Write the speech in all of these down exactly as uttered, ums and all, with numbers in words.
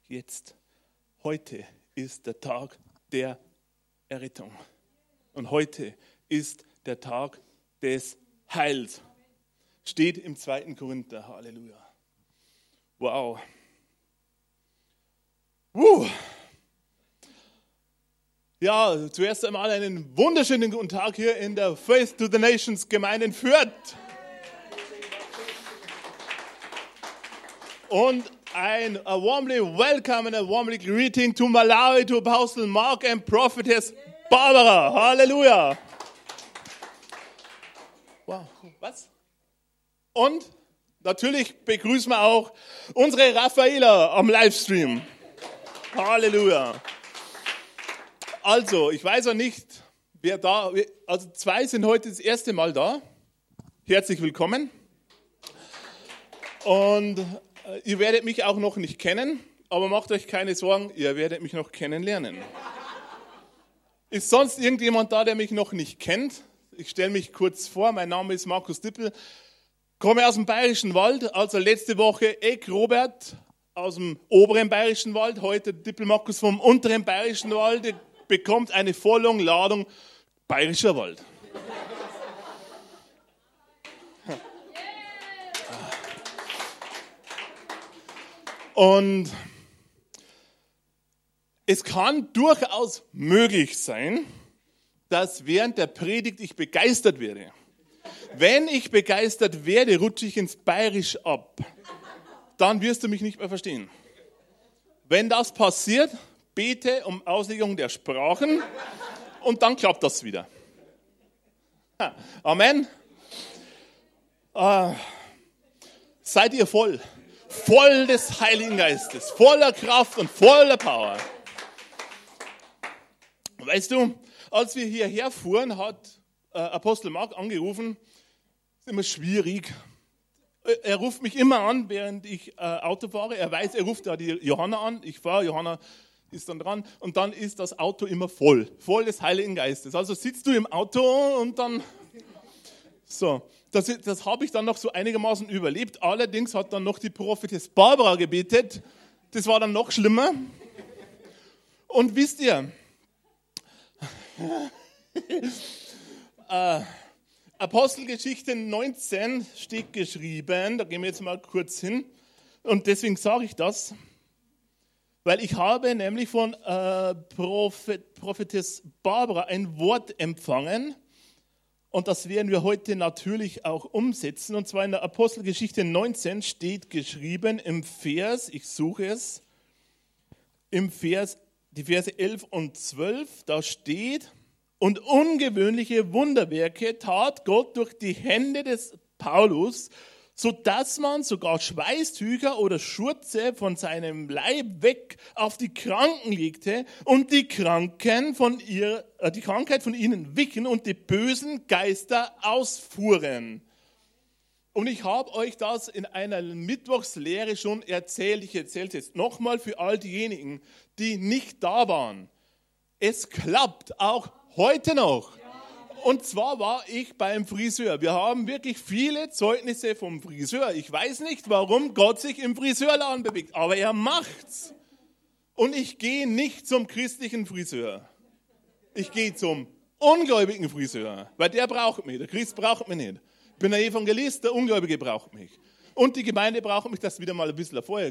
jetzt. Heute ist der Tag der Errettung. Und heute ist der Tag des Heils. Steht im zweiten Korinther. Halleluja. Wow. Uh. Ja, zuerst einmal einen wunderschönen guten Tag hier in der Faith to the Nations Gemeinde in Fürth. Und ein a warmly welcome and a warmly greeting to Malawi, to Apostle Mark and Prophetess Barbara. Halleluja. Wow, was? Und natürlich begrüßen wir auch unsere Raffaela am Livestream. Halleluja. Also, ich weiß auch nicht, wer da, also zwei sind heute das erste Mal da. Herzlich willkommen. Und ihr werdet mich auch noch nicht kennen, aber macht euch keine Sorgen, ihr werdet mich noch kennenlernen. Ist sonst irgendjemand da, der mich noch nicht kennt? Ich stelle mich kurz vor, mein Name ist Markus Dippel, komme aus dem Bayerischen Wald, also letzte Woche Eck Robert aus dem oberen Bayerischen Wald, heute Dippel Markus vom unteren Bayerischen Wald, bekommt eine Vorladung Bayerischer Wald. Und es kann durchaus möglich sein, dass während der Predigt ich begeistert werde. Wenn ich begeistert werde, rutsche ich ins Bayerisch ab. Dann wirst du mich nicht mehr verstehen. Wenn das passiert, bete um Auslegung der Sprachen und dann klappt das wieder. Amen. Äh, seid ihr voll? Voll des Heiligen Geistes, voller Kraft und voller Power. Weißt du, als wir hierher fuhren, hat äh, Apostel Mark angerufen, ist immer schwierig. Er ruft mich immer an, während ich äh, Auto fahre. Er weiß, er ruft da die Johanna an. Ich fahre, Johanna ist dann dran. Und dann ist das Auto immer voll, voll des Heiligen Geistes. Also sitzt du im Auto und dann... So, das, das habe ich dann noch so einigermaßen überlebt. Allerdings hat dann noch die Prophetess Barbara gebetet. Das war dann noch schlimmer. Und wisst ihr, äh, Apostelgeschichte neunzehn steht geschrieben, da gehen wir jetzt mal kurz hin. Und deswegen sage ich das, weil ich habe nämlich von äh, Prophet, Prophetess Barbara ein Wort empfangen. Und das werden wir heute natürlich auch umsetzen. Und zwar in der Apostelgeschichte neunzehn steht geschrieben im Vers, ich suche es, im Vers, die Verse elf und zwölf, da steht, und ungewöhnliche Wunderwerke tat Gott durch die Hände des Paulus, sodass man sogar Schweißtücher oder Schurze von seinem Leib weg auf die Kranken legte und die Kranken von ihr, äh, die Krankheit von ihnen wichen und die bösen Geister ausfuhren. Und ich habe euch das in einer Mittwochslehre schon erzählt. Ich erzähle es jetzt nochmal für all diejenigen, die nicht da waren. Es klappt auch heute noch. Und zwar war ich beim Friseur. Wir haben wirklich viele Zeugnisse vom Friseur. Ich weiß nicht, warum Gott sich im Friseurladen bewegt, aber er macht's. Und ich gehe nicht zum christlichen Friseur. Ich gehe zum ungläubigen Friseur, weil der braucht mich. Der Christ braucht mich nicht. Ich bin ein Evangelist, der Ungläubige braucht mich. Und die Gemeinde braucht mich, das wieder mal ein bisschen vorher.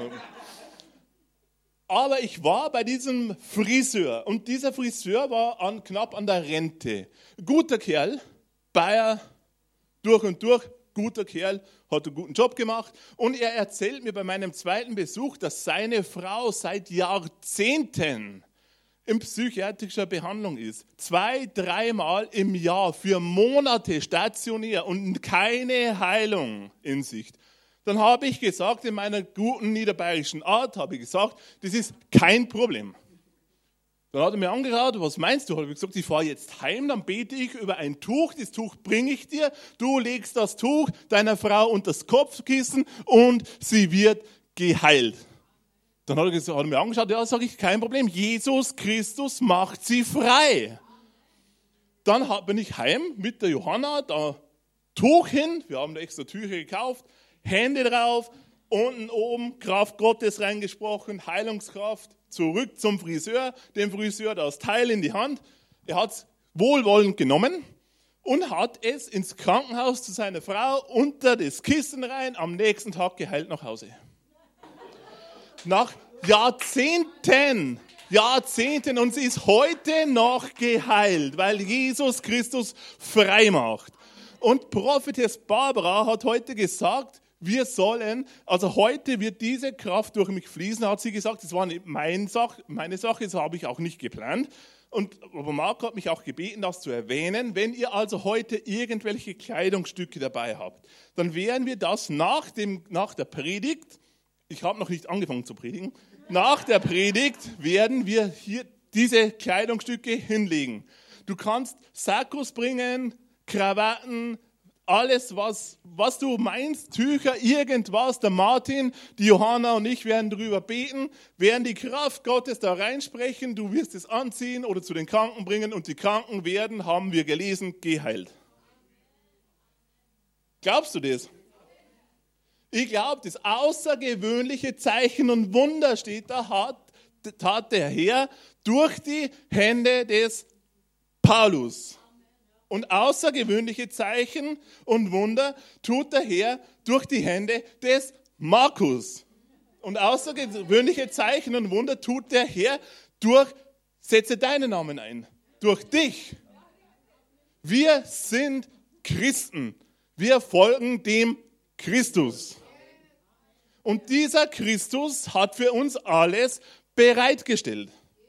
Aber ich war bei diesem Friseur und dieser Friseur war an, knapp an der Rente. Guter Kerl, Bayer, durch und durch, guter Kerl, hat einen guten Job gemacht. Und er erzählt mir bei meinem zweiten Besuch, dass seine Frau seit Jahrzehnten in psychiatrischer Behandlung ist. Zwei, dreimal im Jahr für Monate stationär und keine Heilung in Sicht. Dann habe ich gesagt, in meiner guten niederbayerischen Art, habe ich gesagt, das ist kein Problem. Dann hat er mir angeschaut, was meinst du? Habe ich gesagt, ich fahre jetzt heim, dann bete ich über ein Tuch, das Tuch bringe ich dir, du legst das Tuch deiner Frau unter das Kopfkissen und sie wird geheilt. Dann hat er, gesagt, hat er mir angeschaut, ja, sage ich, kein Problem, Jesus Christus macht sie frei. Dann bin ich heim mit der Johanna, da Tuch hin, wir haben da extra Tücher gekauft, Hände drauf unten oben Kraft Gottes reingesprochen, Heilungskraft, zurück zum Friseur, dem Friseur das Teil in die Hand. Er hat es wohlwollend genommen und hat es ins Krankenhaus zu seiner Frau unter das Kissen rein, am nächsten Tag geheilt nach Hause. Nach Jahrzehnten, Jahrzehnten und sie ist heute noch geheilt, weil Jesus Christus frei macht. Und Prophetess Barbara hat heute gesagt, wir sollen, also heute wird diese Kraft durch mich fließen, hat sie gesagt, das war nicht meine Sache, meine Sache, das habe ich auch nicht geplant. Und aber Marc hat mich auch gebeten, das zu erwähnen. Wenn ihr also heute irgendwelche Kleidungsstücke dabei habt, dann werden wir das nach, dem, nach der Predigt, ich habe noch nicht angefangen zu predigen, nach der Predigt werden wir hier diese Kleidungsstücke hinlegen. Du kannst Sakkos bringen, Krawatten, alles, was, was du meinst, Tücher, irgendwas. Der Martin, die Johanna und ich werden darüber beten, werden die Kraft Gottes da reinsprechen. Du wirst es anziehen oder zu den Kranken bringen und die Kranken werden, haben wir gelesen, geheilt. Glaubst du das? Ich glaube, das außergewöhnliche Zeichen und Wunder steht da, hat, tat der Herr durch die Hände des Paulus. Und außergewöhnliche Zeichen und Wunder tut der Herr durch die Hände des Markus. Und außergewöhnliche Zeichen und Wunder tut der Herr durch, setze deinen Namen ein, durch dich. Wir sind Christen. Wir folgen dem Christus. Und dieser Christus hat für uns alles bereitgestellt.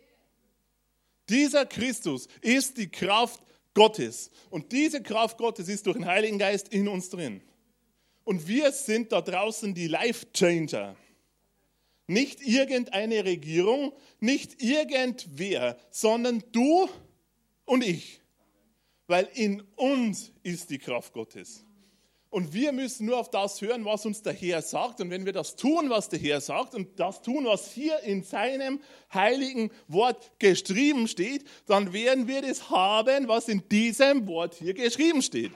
Dieser Christus ist die Kraft Gottes. Und diese Kraft Gottes ist durch den Heiligen Geist in uns drin. Und wir sind da draußen die Life-Changer. Nicht irgendeine Regierung, nicht irgendwer, sondern du und ich. Weil in uns ist die Kraft Gottes. Und wir müssen nur auf das hören, was uns der Herr sagt. Und wenn wir das tun, was der Herr sagt, und das tun, was hier in seinem heiligen Wort geschrieben steht, dann werden wir das haben, was in diesem Wort hier geschrieben steht.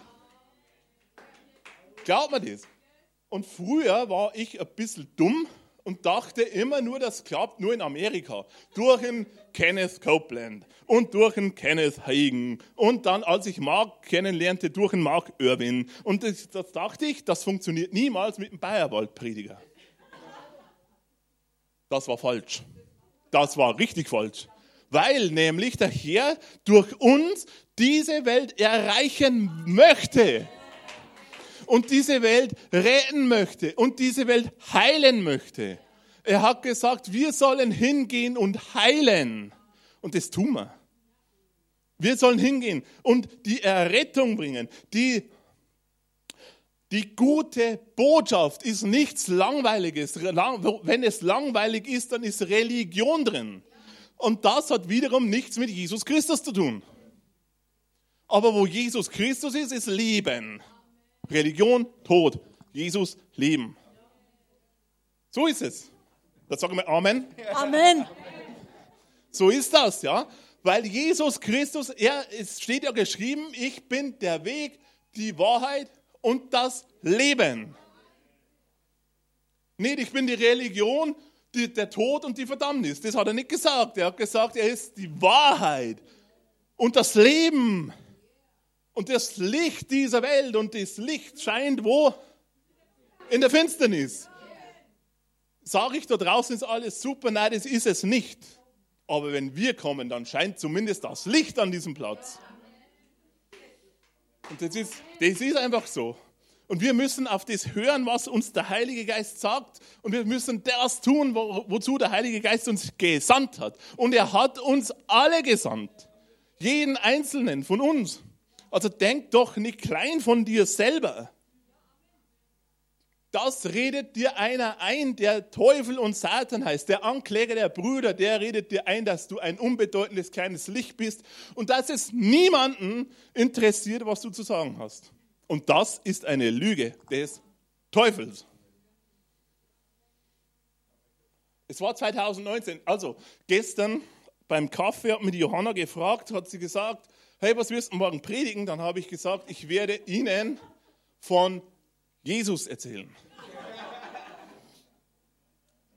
Glaubt mir das? Und früher war ich ein bisschen dumm und dachte immer nur, das klappt nur in Amerika. Durch einen Kenneth Copeland und durch einen Kenneth Hagin. Und dann, als ich Mark kennenlernte, durch einen Mark Irwin. Und das, das dachte ich, das funktioniert niemals mit einem Bayerwald-Prediger. Das war falsch. Das war richtig falsch. Weil nämlich der Herr durch uns diese Welt erreichen möchte. Und diese Welt retten möchte und diese Welt heilen möchte. Er hat gesagt, wir sollen hingehen und heilen. Und das tun wir. Wir sollen hingehen und die Errettung bringen. Die, die gute Botschaft ist nichts Langweiliges. Wenn es langweilig ist, dann ist Religion drin. Und das hat wiederum nichts mit Jesus Christus zu tun. Aber wo Jesus Christus ist, ist Leben. Religion, Tod. Jesus, Leben. So ist es. Jetzt sagen wir Amen. Amen. So ist das, ja. Weil Jesus Christus, er, es steht ja geschrieben, ich bin der Weg, die Wahrheit und das Leben. Nicht, ich bin die Religion, die, der Tod und die Verdammnis. Das hat er nicht gesagt. Er hat gesagt, er ist die Wahrheit und das Leben. Und das Licht dieser Welt und das Licht scheint wo? In der Finsternis. Sage ich, da draußen ist alles super? Nein, das ist es nicht. Aber wenn wir kommen, dann scheint zumindest das Licht an diesem Platz. Und das ist, das ist einfach so. Und wir müssen auf das hören, was uns der Heilige Geist sagt. Und wir müssen das tun, wo, wozu der Heilige Geist uns gesandt hat. Und er hat uns alle gesandt. Jeden Einzelnen von uns. Also denk doch nicht klein von dir selber. Das redet dir einer ein, der Teufel und Satan heißt, der Ankläger der Brüder, der redet dir ein, dass du ein unbedeutendes kleines Licht bist und dass es niemanden interessiert, was du zu sagen hast. Und das ist eine Lüge des Teufels. Es war zwanzig neunzehn, also gestern beim Kaffee hat mich die Johanna gefragt, hat sie gesagt, hey, was wirst du morgen predigen? Dann habe ich gesagt, ich werde Ihnen von Jesus erzählen.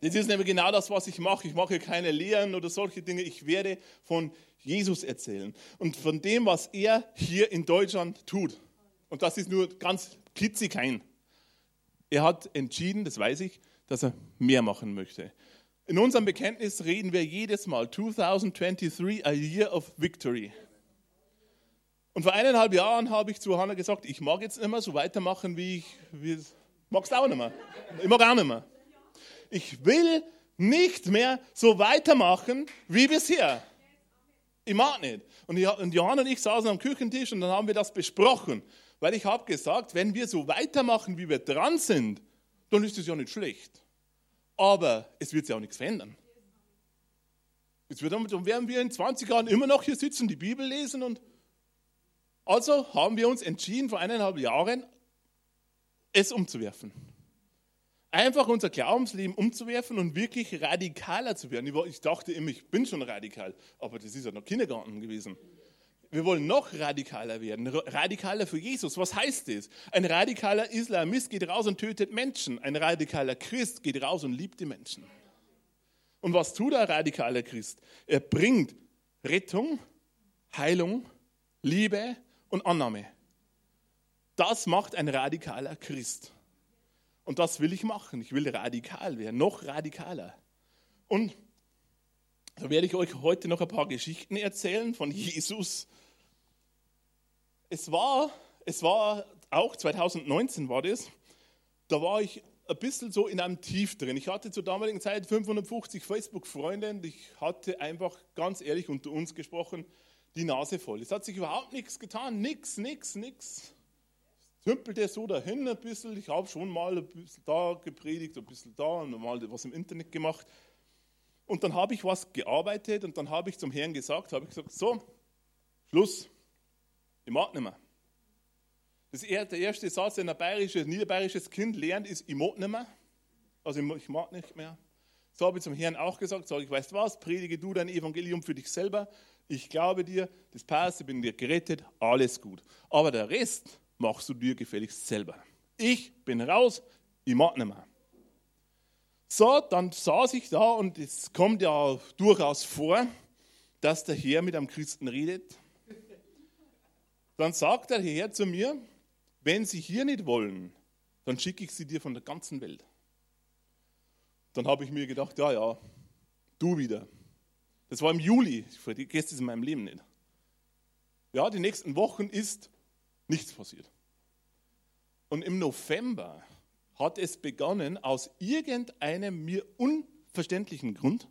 Das ist nämlich genau das, was ich mache. Ich mache keine Lehren oder solche Dinge. Ich werde von Jesus erzählen und von dem, was er hier in Deutschland tut. Und das ist nur ganz klitzeklein. Er hat entschieden, das weiß ich, dass er mehr machen möchte. In unserem Bekenntnis reden wir jedes Mal zwanzig dreiundzwanzig, a year of victory. Und vor eineinhalb Jahren habe ich zu Hannah gesagt, ich mag jetzt nicht mehr so weitermachen, wie ich wie, mag's auch nicht mehr. Ich mag auch nicht mehr. Ich will nicht mehr so weitermachen wie bisher. Ich mag nicht. Und Johanna und ich saßen am Küchentisch und dann haben wir das besprochen. Weil ich habe gesagt, wenn wir so weitermachen, wie wir dran sind, dann ist es ja nicht schlecht. Aber es wird sich auch nichts verändern. Jetzt wird, dann werden wir in zwanzig Jahren immer noch hier sitzen, die Bibel lesen. Und also haben wir uns entschieden, vor eineinhalb Jahren es umzuwerfen. Einfach unser Glaubensleben umzuwerfen und wirklich radikaler zu werden. Ich, war, ich dachte immer, ich bin schon radikal, aber das ist ja noch Kindergarten gewesen. Wir wollen noch radikaler werden, radikaler für Jesus. Was heißt das? Ein radikaler Islamist geht raus und tötet Menschen. Ein radikaler Christ geht raus und liebt die Menschen. Und was tut ein radikaler Christ? Er bringt Rettung, Heilung, Liebe und Annahme. Das macht ein radikaler Christ. Und das will ich machen. Ich will radikal werden, noch radikaler. Und da werde ich euch heute noch ein paar Geschichten erzählen von Jesus. Es war, es war auch zwanzig neunzehn war das, da war ich ein bisschen so in einem Tief drin. Ich hatte zur damaligen Zeit fünfhundertfünfzig Facebook-Freunde und ich hatte einfach, ganz ehrlich unter uns gesprochen, die Nase voll. Es hat sich überhaupt nichts getan, nichts, nichts, nichts. Tümpelte so dahin ein bisschen. Ich habe schon mal ein bisschen da gepredigt, ein bisschen da und mal was im Internet gemacht. Und dann habe ich was gearbeitet und dann habe ich zum Herrn gesagt, habe ich gesagt, so, Schluss, ich mag nicht mehr. Das er, der erste Satz, den ein bayerisches, niederbayerisches Kind lernt, ist, ich mag nicht mehr. Also ich mag nicht mehr. So habe ich zum Herrn auch gesagt, sage ich, weißt du was, predige du dein Evangelium für dich selber. Ich glaube dir, das passt, ich bin dir gerettet, alles gut. Aber der Rest machst du dir gefälligst selber. Ich bin raus, ich mag nicht mehr. So, dann saß ich da und es kommt ja durchaus vor, dass der Herr mit einem Christen redet. Dann sagt der Herr zu mir, wenn Sie hier nicht wollen, dann schicke ich Sie dir von der ganzen Welt. Dann habe ich mir gedacht, ja, ja, du wieder. Das war im Juli, ich vergesse das in meinem Leben nicht. Ja, die nächsten Wochen ist nichts passiert. Und im November hat es begonnen, aus irgendeinem mir unverständlichen Grund,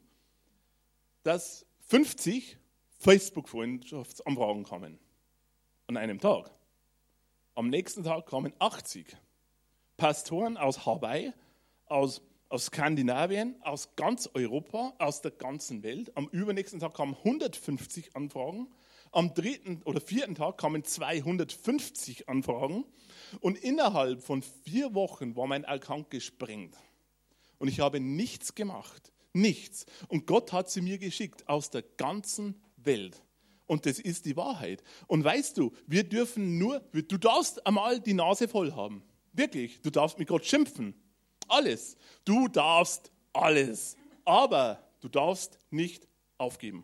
dass fünfzig Facebook-Freundschaftsanfragen kamen. An einem Tag. Am nächsten Tag kamen achtzig Pastoren aus Hawaii, aus, aus Skandinavien, aus ganz Europa, aus der ganzen Welt. Am übernächsten Tag kamen hundertfünfzig Anfragen. Am dritten oder vierten Tag kamen zweihundertfünfzig Anfragen. Und innerhalb von vier Wochen war mein Account gesprengt. Und ich habe nichts gemacht. Nichts. Und Gott hat sie mir geschickt aus der ganzen Welt. Und das ist die Wahrheit. Und weißt du, wir dürfen nur, du darfst einmal die Nase voll haben. Wirklich, du darfst mit Gott schimpfen. Alles. Du darfst alles. Aber du darfst nicht aufgeben.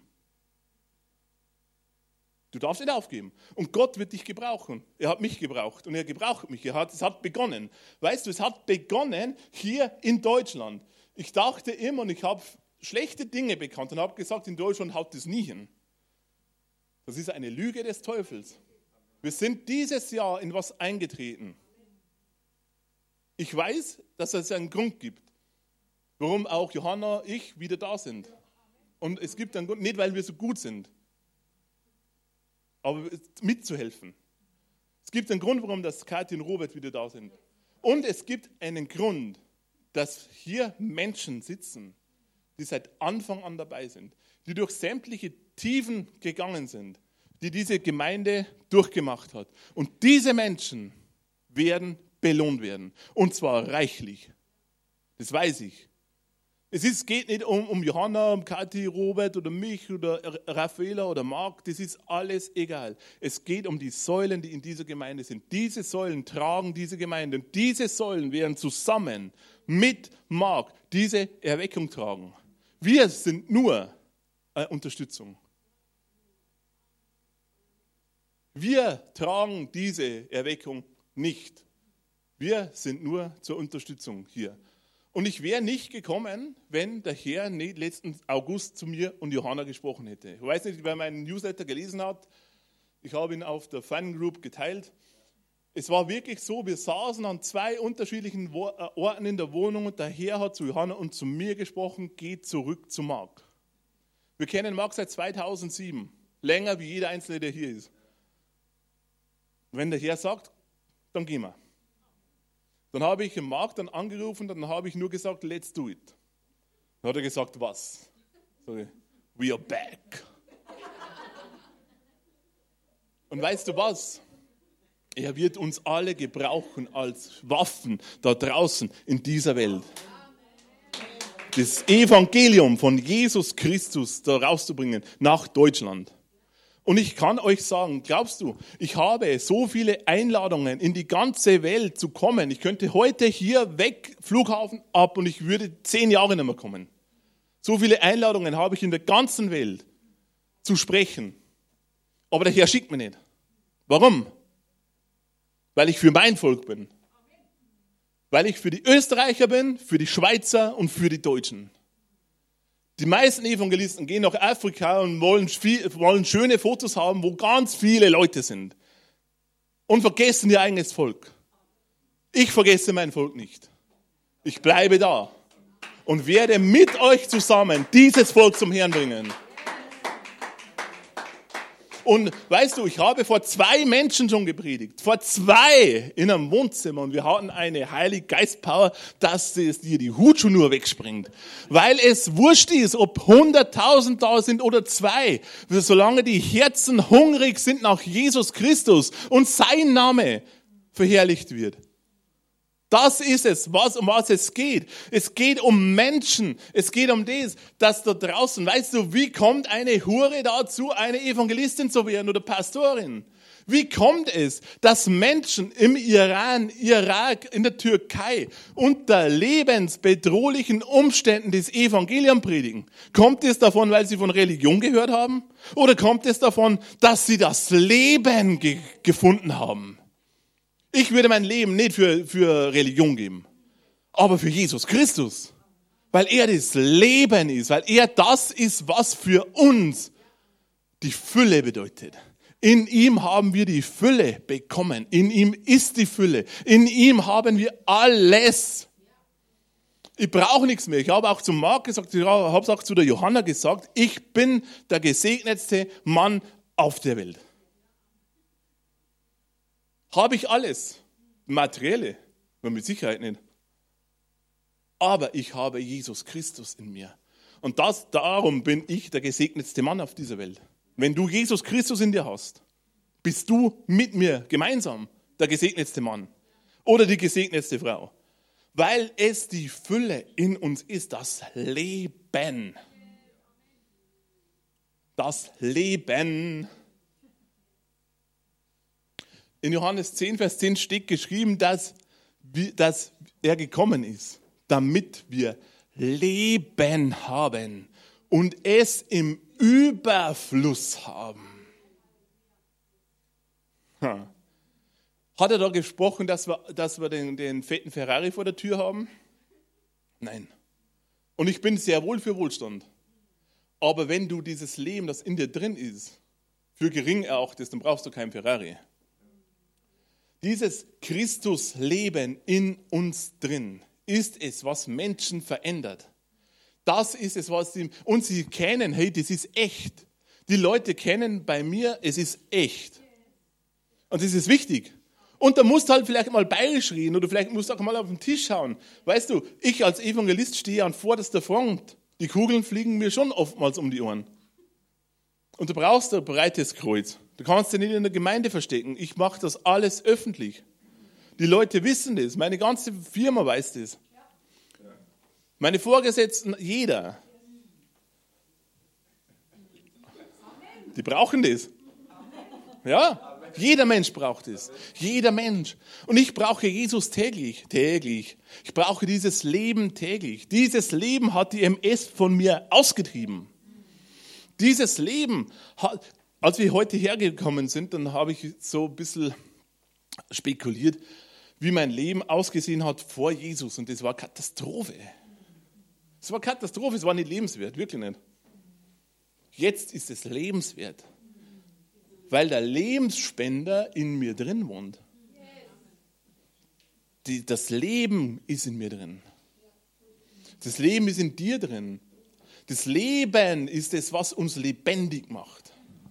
Du darfst nicht aufgeben. Und Gott wird dich gebrauchen. Er hat mich gebraucht und er gebraucht mich. Er hat, es hat begonnen. Weißt du, es hat begonnen hier in Deutschland. Ich dachte immer und ich habe schlechte Dinge bekannt und habe gesagt, in Deutschland haut das nie hin. Das ist eine Lüge des Teufels. Wir sind dieses Jahr in was eingetreten. Ich weiß, dass es einen Grund gibt, warum auch Johanna und ich wieder da sind. Und es gibt einen Grund, nicht weil wir so gut sind, aber mitzuhelfen. Es gibt einen Grund, warum das Kathi und Robert wieder da sind. Und es gibt einen Grund, dass hier Menschen sitzen, die seit Anfang an dabei sind, die durch sämtliche Tiefen gegangen sind, die diese Gemeinde durchgemacht hat. Und diese Menschen werden belohnt werden. Und zwar reichlich. Das weiß ich. Es ist, geht nicht um, um Johanna, um Kathi, Robert oder mich oder Raffaela oder Marc. Das ist alles egal. Es geht um die Säulen, die in dieser Gemeinde sind. Diese Säulen tragen diese Gemeinde. Und diese Säulen werden zusammen mit Mark diese Erweckung tragen. Wir sind nur eine Unterstützung. Wir tragen diese Erweckung nicht. Wir sind nur zur Unterstützung hier. Und ich wäre nicht gekommen, wenn der Herr nicht letzten August zu mir und Johanna gesprochen hätte. Ich weiß nicht, wer meinen Newsletter gelesen hat. Ich habe ihn auf der Fan Group geteilt. Es war wirklich so, wir saßen an zwei unterschiedlichen Orten in der Wohnung und der Herr hat zu Johanna und zu mir gesprochen, geht zurück zu Mark. Wir kennen Mark seit zweitausendsieben, länger wie jeder Einzelne, der hier ist. Wenn der Herr sagt, dann gehen wir. Dann habe ich den Mark dann angerufen, dann habe ich nur gesagt, let's do it. Dann hat er gesagt, was? Sorry, we are back. Und weißt du was? Er wird uns alle gebrauchen als Waffen da draußen in dieser Welt. Das Evangelium von Jesus Christus da rauszubringen nach Deutschland. Und ich kann euch sagen, glaubst du, ich habe so viele Einladungen in die ganze Welt zu kommen. Ich könnte heute hier weg, Flughafen ab und ich würde zehn Jahre nicht mehr kommen. So viele Einladungen habe ich in der ganzen Welt zu sprechen. Aber der Herr schickt mich nicht. Warum? Weil ich für mein Volk bin. Weil ich für die Österreicher bin, für die Schweizer und für die Deutschen. Die meisten Evangelisten gehen nach Afrika und wollen, viel, wollen schöne Fotos haben, wo ganz viele Leute sind. Und vergessen ihr eigenes Volk. Ich vergesse mein Volk nicht. Ich bleibe da und werde mit euch zusammen dieses Volk zum Herrn bringen. Und weißt du, ich habe vor zwei Menschen schon gepredigt. Vor zwei in einem Wohnzimmer. Und wir hatten eine Heilige Geist-Power, dass es dir die Hutschnur wegspringt. Weil es wurscht ist, ob hunderttausend da sind oder zwei. Solange die Herzen hungrig sind nach Jesus Christus und sein Name verherrlicht wird. Das ist es, was, um was es geht. Es geht um Menschen. Es geht um das, dass da draußen, weißt du, wie kommt eine Hure dazu, eine Evangelistin zu werden oder Pastorin? Wie kommt es, dass Menschen im Iran, Irak, in der Türkei unter lebensbedrohlichen Umständen das Evangelium predigen? Kommt es davon, weil sie von Religion gehört haben? Oder kommt es davon, dass sie das Leben ge- gefunden haben? Ich würde mein Leben nicht für, für Religion geben, aber für Jesus Christus. Weil er das Leben ist, weil er das ist, was für uns die Fülle bedeutet. In ihm haben wir die Fülle bekommen. In ihm ist die Fülle. In ihm haben wir alles. Ich brauche nichts mehr. Ich habe auch zu Marc gesagt, ich habe es auch zu der Johanna gesagt, ich bin der gesegnetste Mann auf der Welt. Habe ich alles, Materielle, mit Sicherheit nicht. Aber ich habe Jesus Christus in mir. Und das, darum bin ich der gesegnetste Mann auf dieser Welt. Wenn du Jesus Christus in dir hast, bist du mit mir gemeinsam der gesegnetste Mann oder die gesegnetste Frau. Weil es die Fülle in uns ist, das Leben. Das Leben. In Johannes zehn, Vers zehn steht geschrieben, dass, dass er gekommen ist, damit wir Leben haben und es im Überfluss haben. Ha. Hat er da gesprochen, dass wir, dass wir den, den fetten Ferrari vor der Tür haben? Nein. Und ich bin sehr wohl für Wohlstand. Aber wenn du dieses Leben, das in dir drin ist, für gering erachtest, dann brauchst du keinen Ferrari. Dieses Christusleben in uns drin ist es, was Menschen verändert. Das ist es, was sie, und sie kennen, hey, das ist echt. Die Leute kennen bei mir, es ist echt. Und das ist wichtig. Und da musst du halt vielleicht mal bayerisch reden oder vielleicht musst du auch mal auf den Tisch schauen. Weißt du, ich als Evangelist stehe an vorderster Front. Die Kugeln fliegen mir schon oftmals um die Ohren. Und du brauchst ein breites Kreuz. Du kannst dich nicht in der Gemeinde verstecken. Ich mache das alles öffentlich. Die Leute wissen das. Meine ganze Firma weiß das. Meine Vorgesetzten, jeder. Die brauchen das. Ja, Jeder Mensch braucht es. Jeder Mensch. Und ich brauche Jesus täglich, täglich. Ich brauche dieses Leben täglich. Dieses Leben hat die M S von mir ausgetrieben. Dieses Leben hat, als wir heute hergekommen sind, dann habe ich so ein bisschen spekuliert, wie mein Leben ausgesehen hat vor Jesus. Und das war Katastrophe. Es war Katastrophe, es war nicht lebenswert, wirklich nicht. Jetzt ist es lebenswert, weil der Lebensspender in mir drin wohnt. Die, das Leben ist in mir drin. Das Leben ist in dir drin. Das Leben ist es, was uns lebendig macht.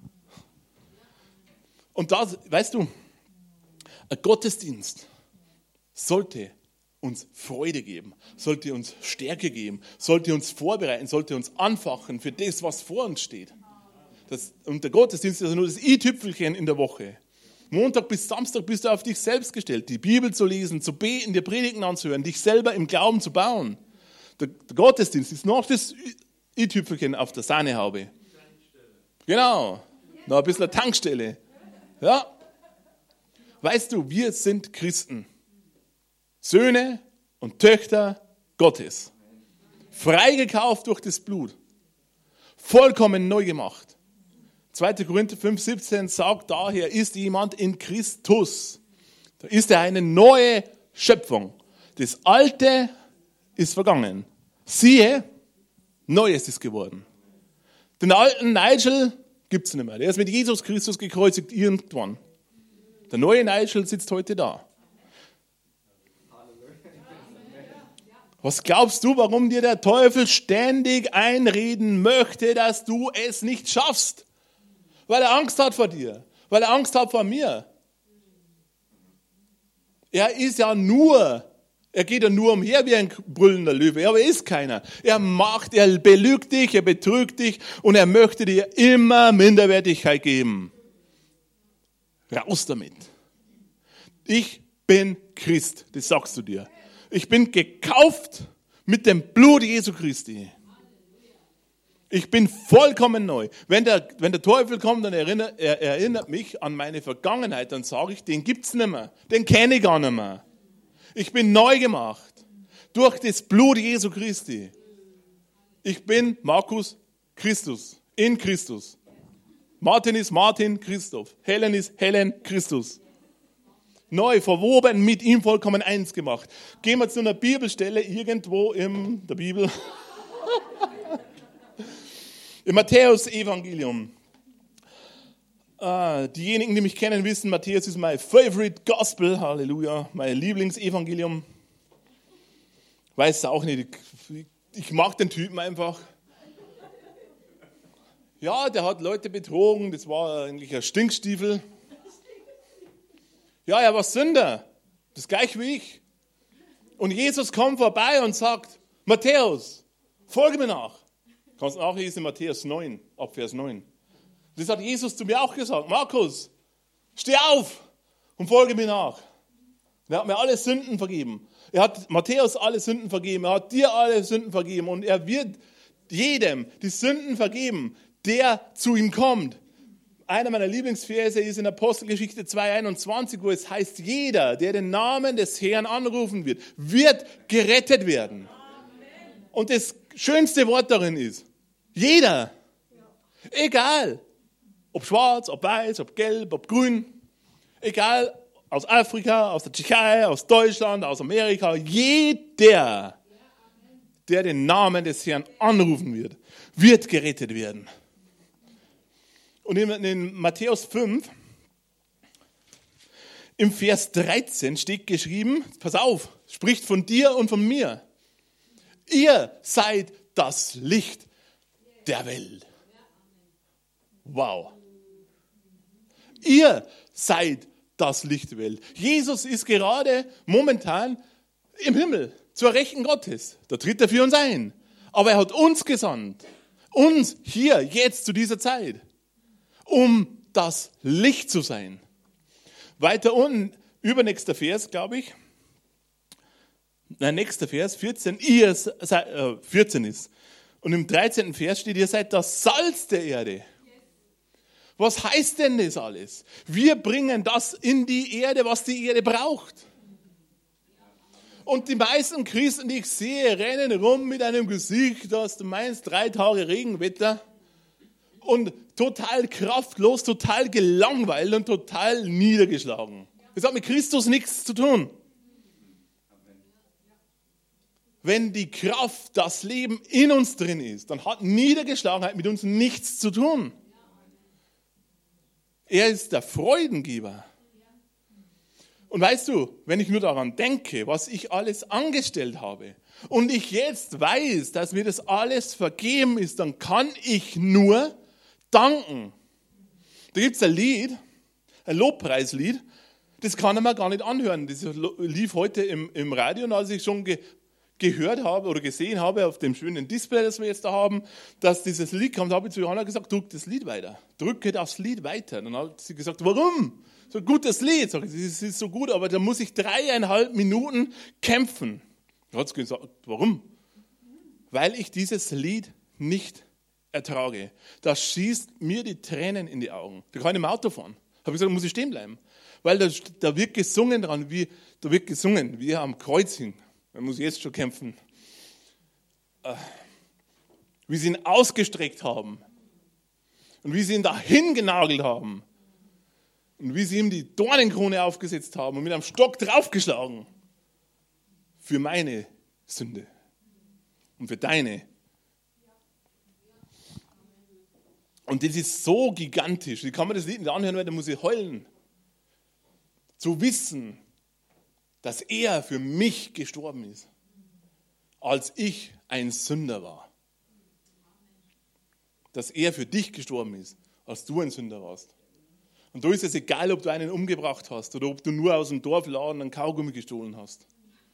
Und das, weißt du, ein Gottesdienst sollte uns Freude geben, sollte uns Stärke geben, sollte uns vorbereiten, sollte uns anfachen für das, was vor uns steht. Das, und der Gottesdienst ist also nur das i-Tüpfelchen in der Woche. Montag bis Samstag bist du auf dich selbst gestellt, die Bibel zu lesen, zu beten, dir Predigten anzuhören, dich selber im Glauben zu bauen. Der, der Gottesdienst ist noch das i-Tüpfelchen auf der Sahnehaube. Genau, noch ein bisschen eine Tankstelle. Ja. Weißt du, wir sind Christen. Söhne und Töchter Gottes. Freigekauft durch das Blut. Vollkommen neu gemacht. zweiter Korinther fünf siebzehn sagt daher, ist jemand in Christus. Da ist er eine neue Schöpfung. Das Alte ist vergangen. Siehe, Neues ist geworden. Den alten Nigel gibt es nicht mehr. Der ist mit Jesus Christus gekreuzigt irgendwann. Der neue Nigel sitzt heute da. Was glaubst du, warum dir der Teufel ständig einreden möchte, dass du es nicht schaffst? Weil er Angst hat vor dir. Weil er Angst hat vor mir. Er ist ja nur, er geht ja nur umher wie ein brüllender Löwe, aber er ist keiner. Er macht, er belügt dich, er betrügt dich und er möchte dir immer Minderwertigkeit geben. Raus damit. Ich bin Christ, das sagst du dir. Ich bin gekauft mit dem Blut Jesu Christi. Ich bin vollkommen neu. Wenn der, wenn der Teufel kommt und erinnert, er erinnert mich an meine Vergangenheit, dann sage ich, den gibt es nicht mehr. Den kenne ich gar nicht mehr. Ich bin neu gemacht. Durch das Blut Jesu Christi. Ich bin Markus Christus. In Christus. Martin ist Martin Christoph. Helen ist Helen Christus. Neu, verwoben, mit ihm vollkommen eins gemacht. Gehen wir zu einer Bibelstelle irgendwo in der Bibel. Im Matthäus-Evangelium. Ah, diejenigen, die mich kennen, wissen, Matthäus ist mein favorite Gospel. Halleluja, mein Lieblingsevangelium. Weiß es auch nicht. Ich, ich mag den Typen einfach. Ja, der hat Leute betrogen. Das war eigentlich ein Stinkstiefel. Ja, er war Sünder, das gleich wie ich. Und Jesus kommt vorbei und sagt, Matthäus, folge mir nach. Kannst nachlesen, Matthäus neun, ab Vers neun. Das hat Jesus zu mir auch gesagt, Markus, steh auf und folge mir nach. Er hat mir alle Sünden vergeben. Er hat Matthäus alle Sünden vergeben, er hat dir alle Sünden vergeben und er wird jedem die Sünden vergeben, der zu ihm kommt. Einer meiner Lieblingsverse ist in Apostelgeschichte zwei einundzwanzig, wo es heißt, jeder, der den Namen des Herrn anrufen wird, wird gerettet werden. Und das schönste Wort darin ist, jeder, egal, ob schwarz, ob weiß, ob gelb, ob grün, egal, aus Afrika, aus der Tschechei, aus Deutschland, aus Amerika, jeder, der den Namen des Herrn anrufen wird, wird gerettet werden. Und in, in Matthäus fünf, im Vers dreizehn steht geschrieben, pass auf, spricht von dir und von mir. Ihr seid das Licht der Welt. Wow. Ihr seid das Licht der Welt. Jesus ist gerade momentan im Himmel, zur Rechten Gottes. Da tritt er für uns ein. Aber er hat uns gesandt. Uns hier, jetzt zu dieser Zeit. Um das Licht zu sein. Weiter unten, übernächster Vers, glaube ich. Nein, nächster Vers, vierzehn, ihr seid, äh, vierzehn ist. Und im dreizehnten Vers steht, ihr seid das Salz der Erde. Was heißt denn das alles? Wir bringen das in die Erde, was die Erde braucht. Und die meisten Christen, die ich sehe, rennen rum mit einem Gesicht, das du meinst, drei Tage Regenwetter und total kraftlos, total gelangweilt und total niedergeschlagen. Das hat mit Christus nichts zu tun. Wenn die Kraft, das Leben in uns drin ist, dann hat Niedergeschlagenheit mit uns nichts zu tun. Er ist der Freudengeber. Und weißt du, wenn ich nur daran denke, was ich alles angestellt habe und ich jetzt weiß, dass mir das alles vergeben ist, dann kann ich nur danken. Da gibt es ein Lied, ein Lobpreislied, das kann man gar nicht anhören. Das lief heute im, im Radio und als ich schon ge, gehört habe oder gesehen habe auf dem schönen Display, das wir jetzt da haben, dass dieses Lied kommt, habe ich zu Johanna gesagt, drück das Lied weiter. Drücke das Lied weiter. Dann hat sie gesagt, warum? So ein gutes Lied. Sag ich, das ist so gut, aber da muss ich dreieinhalb Minuten kämpfen. Dann hat sie gesagt, warum? Weil ich dieses Lied nicht ertrage. Das schießt mir die Tränen in die Augen. Da kann ich im Auto fahren. Habe ich gesagt, da muss ich stehen bleiben. Weil da, da wird gesungen dran, wie, da wird gesungen, wie am Kreuz hing. Man muss jetzt schon kämpfen. Wie sie ihn ausgestreckt haben. Und wie sie ihn dahin genagelt haben. Und wie sie ihm die Dornenkrone aufgesetzt haben und mit einem Stock draufgeschlagen. Für meine Sünde. Und für deine. Und das ist so gigantisch. Wie kann man das Lied nicht anhören, weil da muss ich heulen. Zu wissen, dass er für mich gestorben ist, als ich ein Sünder war. Dass er für dich gestorben ist, als du ein Sünder warst. Und da ist es egal, ob du einen umgebracht hast oder ob du nur aus dem Dorfladen einen Kaugummi gestohlen hast.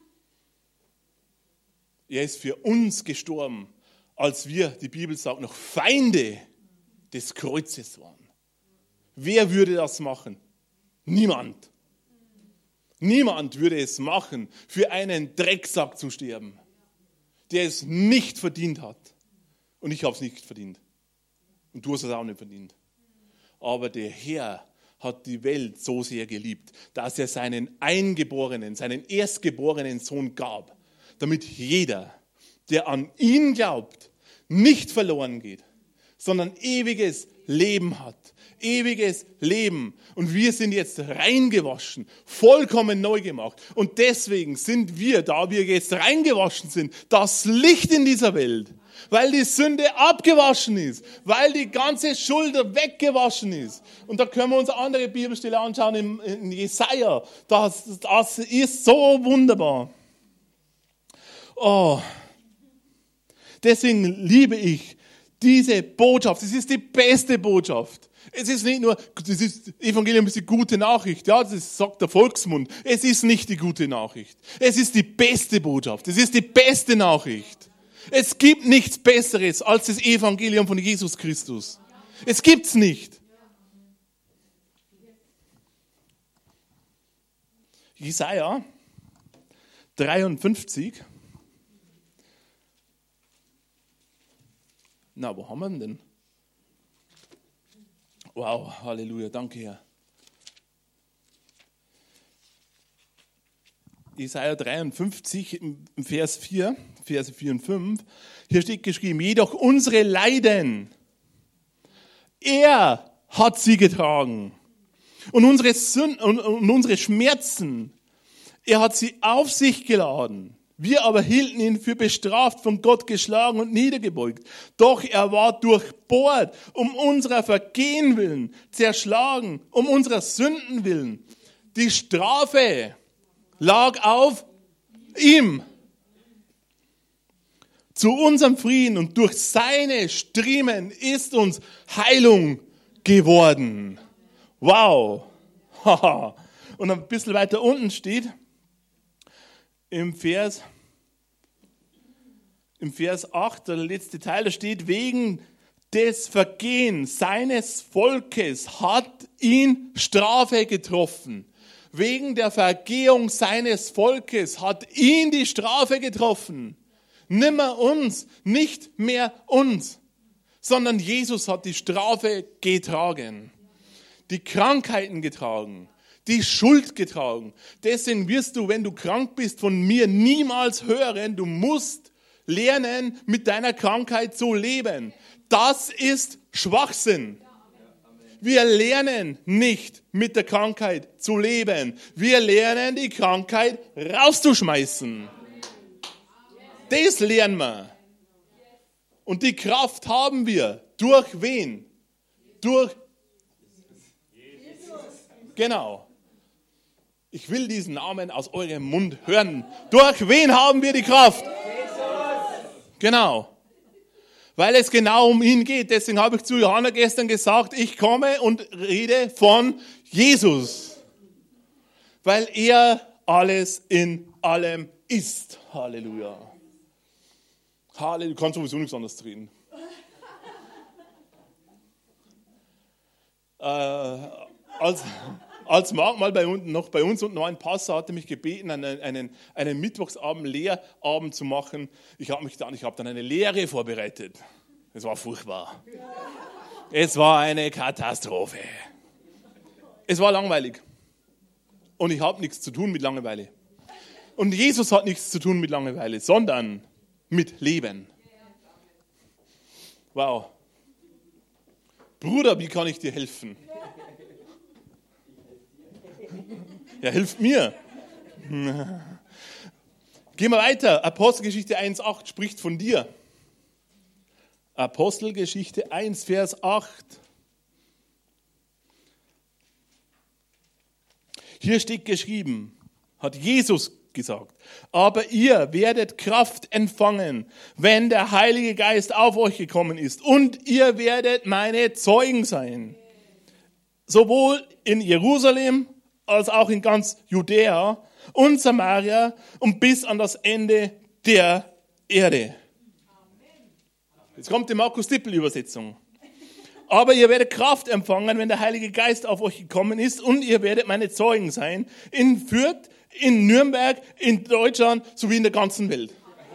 Er ist für uns gestorben, als wir, die Bibel sagt, noch Feinde des Kreuzes waren. Wer würde das machen? Niemand. Niemand würde es machen, für einen Drecksack zu sterben, der es nicht verdient hat. Und ich habe es nicht verdient. Und du hast es auch nicht verdient. Aber der Herr hat die Welt so sehr geliebt, dass er seinen Eingeborenen, seinen erstgeborenen Sohn gab, damit jeder, der an ihn glaubt, nicht verloren geht, sondern ewiges Leben hat. Ewiges Leben. Und wir sind jetzt reingewaschen, vollkommen neu gemacht. Und deswegen sind wir, da wir jetzt reingewaschen sind, das Licht in dieser Welt. Weil die Sünde abgewaschen ist. Weil die ganze Schuld weggewaschen ist. Und da können wir uns eine andere Bibelstelle anschauen in, in Jesaja. Das, das ist so wunderbar. Oh. Deswegen liebe ich diese Botschaft. Es ist die beste Botschaft. Es ist nicht nur, das ist, Evangelium ist die gute Nachricht, ja, das sagt der Volksmund. Es ist nicht die gute Nachricht. Es ist die beste Botschaft. Es ist die beste Nachricht. Es gibt nichts Besseres als das Evangelium von Jesus Christus. Es gibt's nicht. Jesaja dreiundfünfzig. Na, wo haben wir denn? Wow, Halleluja, danke Herr. Jesaja dreiundfünfzig, Vers vier, Verse vier und fünf. Hier steht geschrieben, jedoch unsere Leiden, er hat sie getragen. Und unsere Sünden und, und unsere Schmerzen, er hat sie auf sich geladen. Wir aber hielten ihn für bestraft, von Gott geschlagen und niedergebeugt. Doch er war durchbohrt, um unserer Vergehen willen, zerschlagen, um unserer Sünden willen. Die Strafe lag auf ihm. Zu unserem Frieden und durch seine Striemen ist uns Heilung geworden. Wow. Und ein bisschen weiter unten steht, Im Vers, im Vers acht, der letzte Teil, da steht, wegen des Vergehens seines Volkes hat ihn Strafe getroffen. Wegen der Vergehung seines Volkes hat ihn die Strafe getroffen. Nimmer uns, nicht mehr uns. sondern Jesus hat die Strafe getragen, die Krankheiten getragen, die Schuld getragen. Deswegen wirst du, wenn du krank bist, von mir niemals hören, du musst lernen, mit deiner Krankheit zu leben. Das ist Schwachsinn. Wir lernen nicht, mit der Krankheit zu leben. Wir lernen, die Krankheit rauszuschmeißen. Das lernen wir. Und die Kraft haben wir. Durch wen? Durch Jesus. Genau. Ich will diesen Namen aus eurem Mund hören. Durch wen haben wir die Kraft? Jesus. Genau. Weil es genau um ihn geht. Deswegen habe ich zu Johanna gestern gesagt, ich komme und rede von Jesus. Weil er alles in allem ist. Halleluja. Halleluja. Du kannst sowieso nichts anderes reden. äh, als, als Marc mal bei uns, noch bei uns unten war ein Pastor, hatte mich gebeten, einen, einen, einen Mittwochsabend, Lehrabend zu machen. Ich habe mich dann, ich habe dann eine Lehre vorbereitet. Es war furchtbar. Es war eine Katastrophe. Es war langweilig. Und ich habe nichts zu tun mit Langeweile. Und Jesus hat nichts zu tun mit Langeweile, sondern mit Leben. Wow. Bruder, wie kann ich dir helfen? Ja, hilft mir. Gehen wir weiter. Apostelgeschichte eins Komma acht spricht von dir. Apostelgeschichte eins, Vers acht. Hier steht geschrieben, hat Jesus gesagt, aber ihr werdet Kraft empfangen, wenn der Heilige Geist auf euch gekommen ist. Und ihr werdet meine Zeugen sein. Sowohl in Jerusalem als auch in ganz Judäa und Samaria und bis an das Ende der Erde. Jetzt kommt die Markus-Dippel-Übersetzung. Aber ihr werdet Kraft empfangen, wenn der Heilige Geist auf euch gekommen ist, und ihr werdet meine Zeugen sein in Fürth, in Nürnberg, in Deutschland sowie in der ganzen Welt.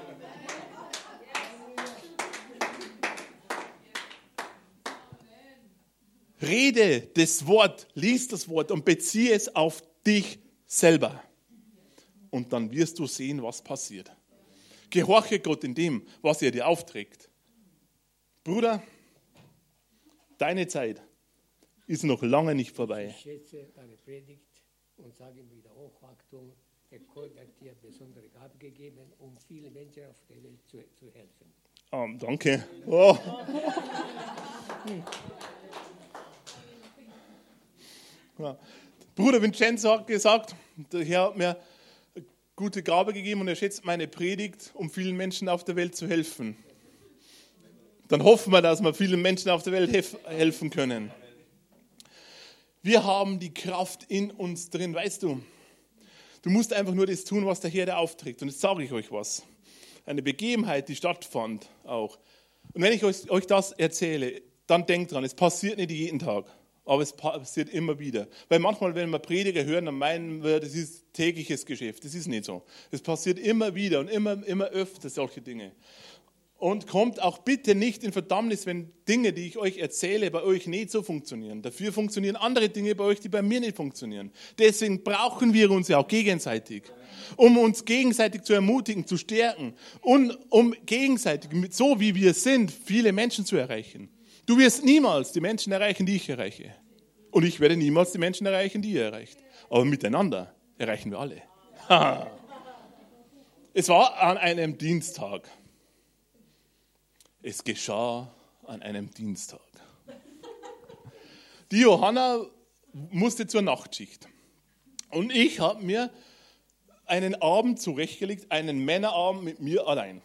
Rede das Wort, lies das Wort und beziehe es auf dich selber. Und dann wirst du sehen, was passiert. Gehorche Gott in dem, was er dir aufträgt. Bruder, deine Zeit ist noch lange nicht vorbei. Ich schätze deine Predigt und sage ihm wieder Hochachtung. Der Gott hat dir besondere Gabe gegeben, um vielen Menschen auf der Welt zu, zu helfen. Oh, danke. Oh. Ja. Bruder Vincenzo hat gesagt, der Herr hat mir eine gute Gabe gegeben und er schätzt meine Predigt, um vielen Menschen auf der Welt zu helfen. Dann hoffen wir, dass wir vielen Menschen auf der Welt hef- helfen können. Wir haben die Kraft in uns drin, weißt du. Du musst einfach nur das tun, was der Herr dir aufträgt. Und jetzt sage ich euch was. Eine Begebenheit, die stattfand auch. Und wenn ich euch, euch das erzähle, dann denkt dran, es passiert nicht jeden Tag, aber es passiert immer wieder. Weil manchmal, wenn wir Prediger hören, dann meinen wir, das ist tägliches Geschäft. Das ist nicht so. Es passiert immer wieder und immer, immer öfter solche Dinge. Und kommt auch bitte nicht in Verdammnis, wenn Dinge, die ich euch erzähle, bei euch nicht so funktionieren. Dafür funktionieren andere Dinge bei euch, die bei mir nicht funktionieren. Deswegen brauchen wir uns ja auch gegenseitig, um uns gegenseitig zu ermutigen, zu stärken und um gegenseitig, so wie wir sind, viele Menschen zu erreichen. Du wirst niemals die Menschen erreichen, die ich erreiche. Und ich werde niemals die Menschen erreichen, die ihr erreicht. Aber miteinander erreichen wir alle. Es war an einem Dienstag. Es geschah an einem Dienstag. Die Johanna musste zur Nachtschicht. Und ich habe mir einen Abend zurechtgelegt, einen Männerabend mit mir allein.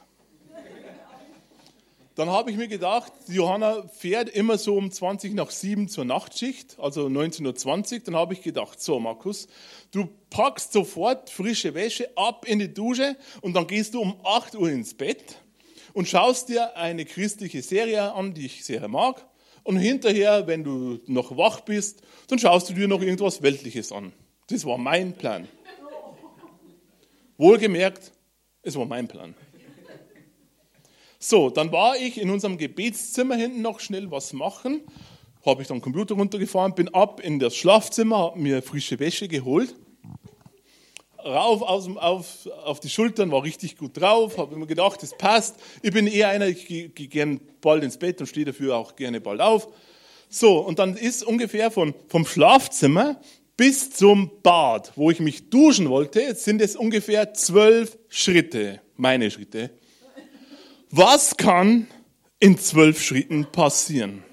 Dann habe ich mir gedacht, die Johanna fährt immer so um zwanzig nach sieben zur Nachtschicht, also neunzehn Uhr zwanzig. Dann habe ich gedacht, so Markus, du packst sofort frische Wäsche ab in die Dusche und dann gehst du um acht Uhr ins Bett und schaust dir eine christliche Serie an, die ich sehr mag. Und hinterher, wenn du noch wach bist, dann schaust du dir noch irgendwas Weltliches an. Das war mein Plan. Wohlgemerkt, es war mein Plan. So, dann war ich in unserem Gebetszimmer hinten noch schnell was machen. Habe ich dann den Computer runtergefahren, bin ab in das Schlafzimmer, habe mir frische Wäsche geholt. Rauf aus dem, auf, auf die Schultern, war richtig gut drauf, habe mir gedacht, das passt. Ich bin eher einer, ich gehe geh gern bald ins Bett und stehe dafür auch gerne bald auf. So, und dann ist ungefähr von, vom Schlafzimmer bis zum Bad, wo ich mich duschen wollte, jetzt sind es ungefähr zwölf Schritte, meine Schritte. Was kann in zwölf Schritten passieren?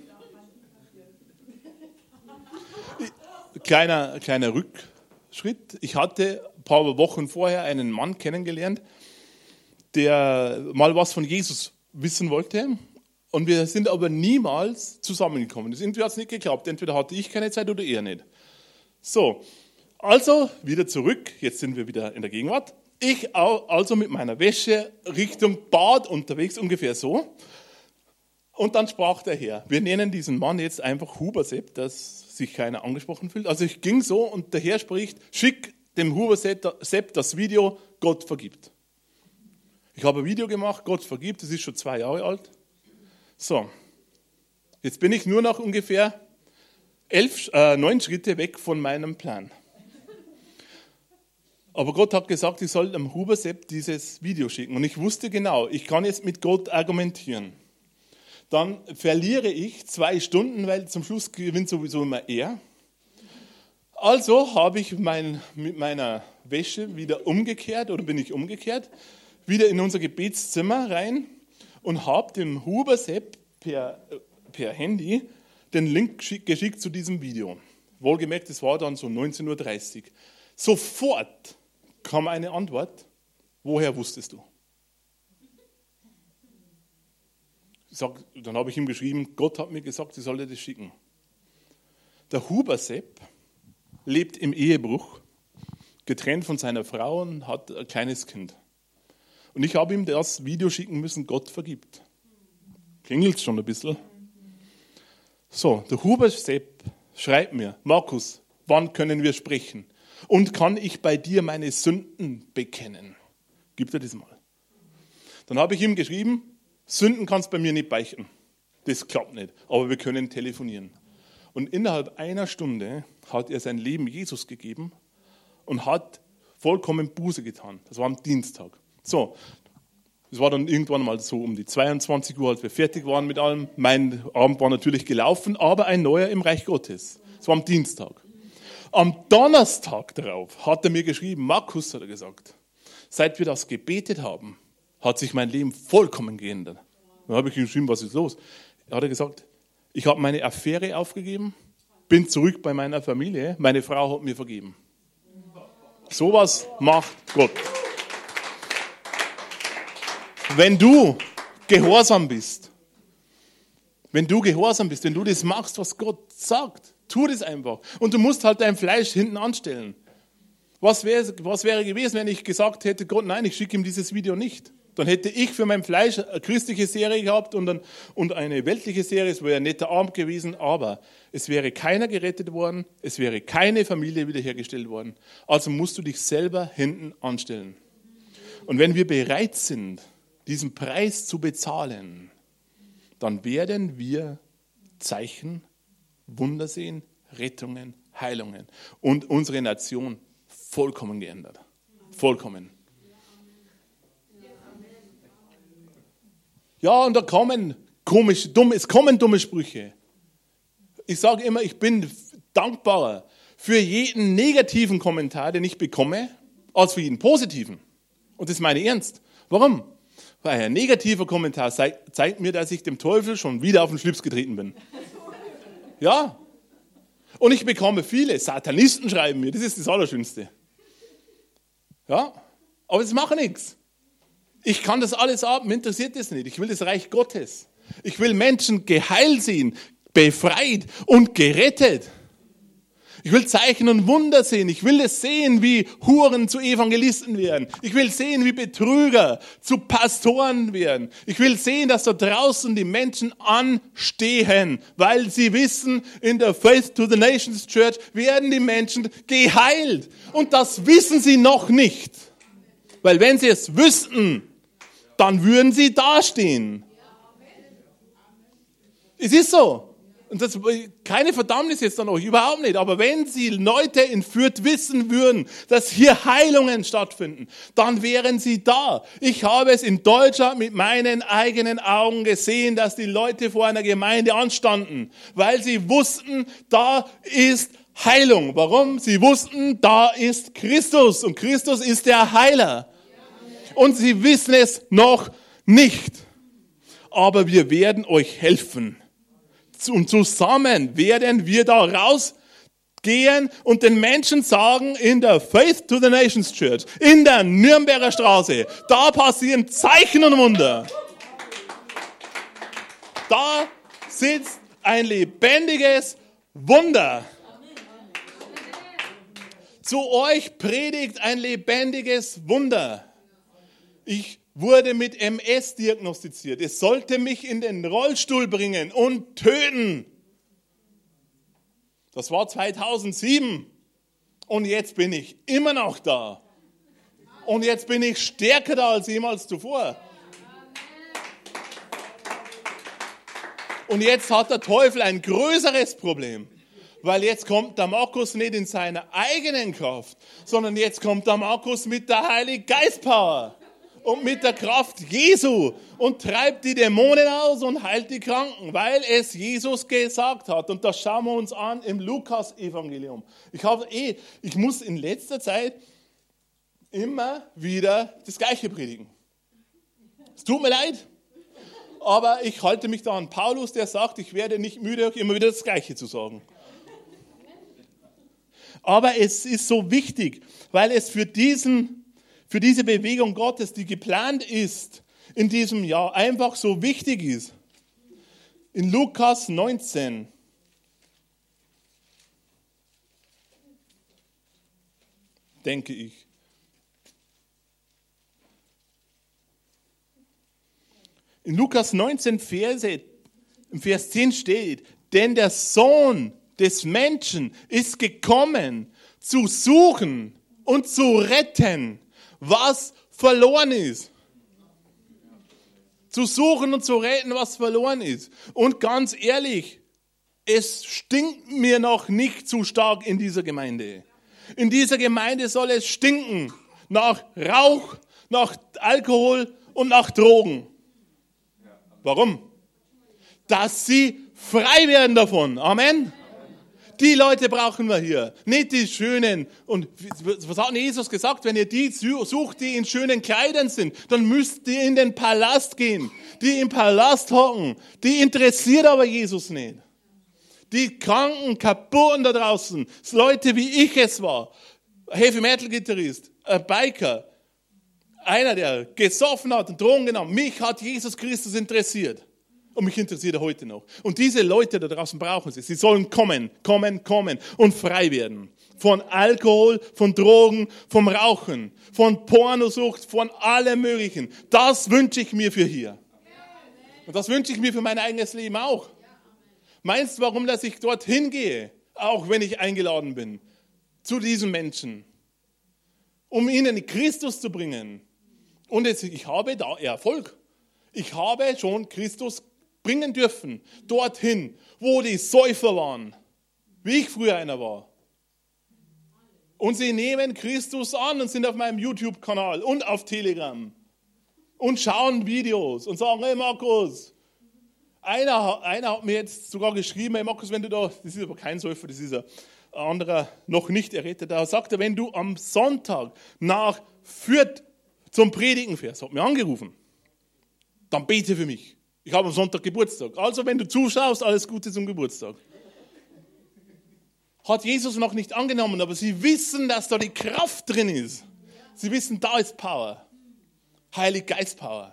Kleiner, kleiner Rückschritt. Ich hatte ein paar Wochen vorher einen Mann kennengelernt, der mal was von Jesus wissen wollte. Und wir sind aber niemals zusammengekommen. Irgendwie hat es nicht geklappt. Entweder hatte ich keine Zeit oder er nicht. So, also wieder zurück. Jetzt sind wir wieder in der Gegenwart. Ich also mit meiner Wäsche Richtung Bad unterwegs, ungefähr so. Und dann sprach der Herr. Wir nennen diesen Mann jetzt einfach Huber Sepp, dass sich keiner angesprochen fühlt. Also ich ging so und der Herr spricht, schick dem Huber Sepp das Video, Gott vergibt. Ich habe ein Video gemacht, Gott vergibt, das ist schon zwei Jahre alt. So, jetzt bin ich nur noch ungefähr elf, äh, neun Schritte weg von meinem Plan. Aber Gott hat gesagt, ich soll dem Huber Sepp dieses Video schicken. Und ich wusste genau, ich kann jetzt mit Gott argumentieren. Dann verliere ich zwei Stunden, weil zum Schluss gewinnt sowieso immer er. Also habe ich mein, mit meiner Wäsche wieder umgekehrt, oder bin ich umgekehrt, wieder in unser Gebetszimmer rein und habe dem Huber Sepp per, per Handy den Link geschickt zu diesem Video. Wohlgemerkt, es war dann so neunzehn Uhr dreißig. Sofort kam eine Antwort, woher wusstest du? Ich sag, dann habe ich ihm geschrieben, Gott hat mir gesagt, ich soll dir das schicken. Der Huber Sepp lebt im Ehebruch, getrennt von seiner Frau und hat ein kleines Kind. Und ich habe ihm das Video schicken müssen, Gott vergibt. Klingelt schon ein bisschen. So, der Huber Sepp schreibt mir, Markus, wann können wir sprechen? Und kann ich bei dir meine Sünden bekennen? Gibt er das mal? Dann habe ich ihm geschrieben, Sünden kannst du bei mir nicht beichten. Das klappt nicht, aber wir können telefonieren. Und innerhalb einer Stunde hat er sein Leben Jesus gegeben und hat vollkommen Buße getan. Das war am Dienstag. So, das war dann irgendwann mal so um die zweiundzwanzig Uhr, als wir fertig waren mit allem. Mein Abend war natürlich gelaufen, aber ein neuer im Reich Gottes. Das war am Dienstag. Am Donnerstag darauf hat er mir geschrieben, Markus, hat er gesagt, seit wir das gebetet haben, hat sich mein Leben vollkommen geändert. Dann habe ich ihm geschrieben, was ist los? Er hat gesagt, ich habe meine Affäre aufgegeben, bin zurück bei meiner Familie, meine Frau hat mir vergeben. Sowas macht Gott. Wenn du gehorsam bist, wenn du gehorsam bist, wenn du das machst, was Gott sagt, tu das einfach. Und du musst halt dein Fleisch hinten anstellen. Was wäre, was wäre gewesen, wenn ich gesagt hätte, Gott, nein, ich schicke ihm dieses Video nicht. Dann hätte ich für mein Fleisch eine christliche Serie gehabt und, dann, und eine weltliche Serie. Es wäre ein netter Abend gewesen, aber es wäre keiner gerettet worden. Es wäre keine Familie wiederhergestellt worden. Also musst du dich selber hinten anstellen. Und wenn wir bereit sind, diesen Preis zu bezahlen, dann werden wir Zeichen, Wunder sehen, Rettungen, Heilungen und unsere Nation vollkommen geändert. Vollkommen. Ja, und da kommen komische, dumme, es kommen dumme Sprüche. Ich sage immer, ich bin dankbarer für jeden negativen Kommentar, den ich bekomme, als für jeden positiven. Und das meine ich ernst. Warum? Weil ein negativer Kommentar zeigt, zeigt mir, dass ich dem Teufel schon wieder auf den Schlips getreten bin. Ja. Und ich bekomme viele, Satanisten schreiben mir, das ist das Allerschönste. Ja, aber das macht nichts. Ich kann das alles ab, mir interessiert das nicht. Ich will das Reich Gottes. Ich will Menschen geheilt sehen, befreit und gerettet. Ich will Zeichen und Wunder sehen. Ich will es sehen, wie Huren zu Evangelisten werden. Ich will sehen, wie Betrüger zu Pastoren werden. Ich will sehen, dass da draußen die Menschen anstehen, weil sie wissen, in der Faith to the Nations Church werden die Menschen geheilt. Und das wissen sie noch nicht. Weil wenn sie es wüssten, dann würden sie dastehen. Es ist so. Und das, keine Verdammnis jetzt an euch, überhaupt nicht. Aber wenn sie Leute in Fürth wissen würden, dass hier Heilungen stattfinden, dann wären sie da. Ich habe es in Deutschland mit meinen eigenen Augen gesehen, dass die Leute vor einer Gemeinde anstanden, weil sie wussten, da ist Heilung. Warum? Sie wussten, da ist Christus und Christus ist der Heiler. Und sie wissen es noch nicht. Aber wir werden euch helfen. Und zusammen werden wir da rausgehen und den Menschen sagen, in der Faith to the Nations Church, in der Nürnberger Straße, da passieren Zeichen und Wunder. Da sitzt ein lebendiges Wunder. Zu euch predigt ein lebendiges Wunder. Ich wurde mit M S diagnostiziert. Es sollte mich in den Rollstuhl bringen und töten. Das war zweitausendsieben. Und jetzt bin ich immer noch da. Und jetzt bin ich stärker da als jemals zuvor. Und jetzt hat der Teufel ein größeres Problem. Weil jetzt kommt der Markus nicht in seiner eigenen Kraft, sondern jetzt kommt der Markus mit der Heiligen Geist Power. Und mit der Kraft Jesu und treibt die Dämonen aus und heilt die Kranken, weil es Jesus gesagt hat. Und das schauen wir uns an im Lukas-Evangelium. Ich, habe eh, ich muss in letzter Zeit immer wieder das Gleiche predigen. Es tut mir leid, aber ich halte mich da an Paulus, der sagt, ich werde nicht müde, euch immer wieder das Gleiche zu sagen. Aber es ist so wichtig, weil es für diesen Für diese Bewegung Gottes, die geplant ist in diesem Jahr, einfach so wichtig ist. In Lukas neunzehn. Denke ich. In Lukas neunzehn, Verse, im Vers zehn steht, denn der Sohn des Menschen ist gekommen, zu suchen und zu retten, was verloren ist. Zu suchen und zu retten, was verloren ist. Und ganz ehrlich, es stinkt mir noch nicht zu stark in dieser Gemeinde. In dieser Gemeinde soll es stinken nach Rauch, nach Alkohol und nach Drogen. Warum? Dass sie frei werden davon. Amen. Die Leute brauchen wir hier, nicht die Schönen. Und was hat Jesus gesagt? Wenn ihr die sucht, die in schönen Kleidern sind, dann müsst ihr in den Palast gehen. Die im Palast hocken, die interessiert aber Jesus nicht. Die Kranken, Kaputten da draußen, Leute wie ich es war, Heavy-Metal-Gitarrist, ein Biker, einer, der gesoffen hat und Drogen genommen. Mich hat Jesus Christus interessiert. Und mich interessiert er heute noch. Und diese Leute da draußen brauchen sie. Sie sollen kommen, kommen, kommen und frei werden. Von Alkohol, von Drogen, vom Rauchen, von Pornosucht, von allem Möglichen. Das wünsche ich mir für hier. Und das wünsche ich mir für mein eigenes Leben auch. Meinst du, warum dass ich dorthin gehe, auch wenn ich eingeladen bin, zu diesen Menschen, um ihnen Christus zu bringen? Und jetzt, ich habe da Erfolg. Ich habe schon Christus bringen dürfen, dorthin, wo die Säufer waren, wie ich früher einer war. Und sie nehmen Christus an und sind auf meinem YouTube-Kanal und auf Telegram und schauen Videos und sagen, hey Markus, einer, einer hat mir jetzt sogar geschrieben, hey Markus, wenn du da, das ist aber kein Säufer, das ist ein anderer, noch nicht erretteter, sagt er, wenn du am Sonntag nach Fürth zum Predigen fährst, hat mir angerufen, dann bete für mich. Ich habe am Sonntag Geburtstag. Also wenn du zuschaust, alles Gute zum Geburtstag. Hat Jesus noch nicht angenommen, aber sie wissen, dass da die Kraft drin ist. Sie wissen, da ist Power. Heilige Geist Power.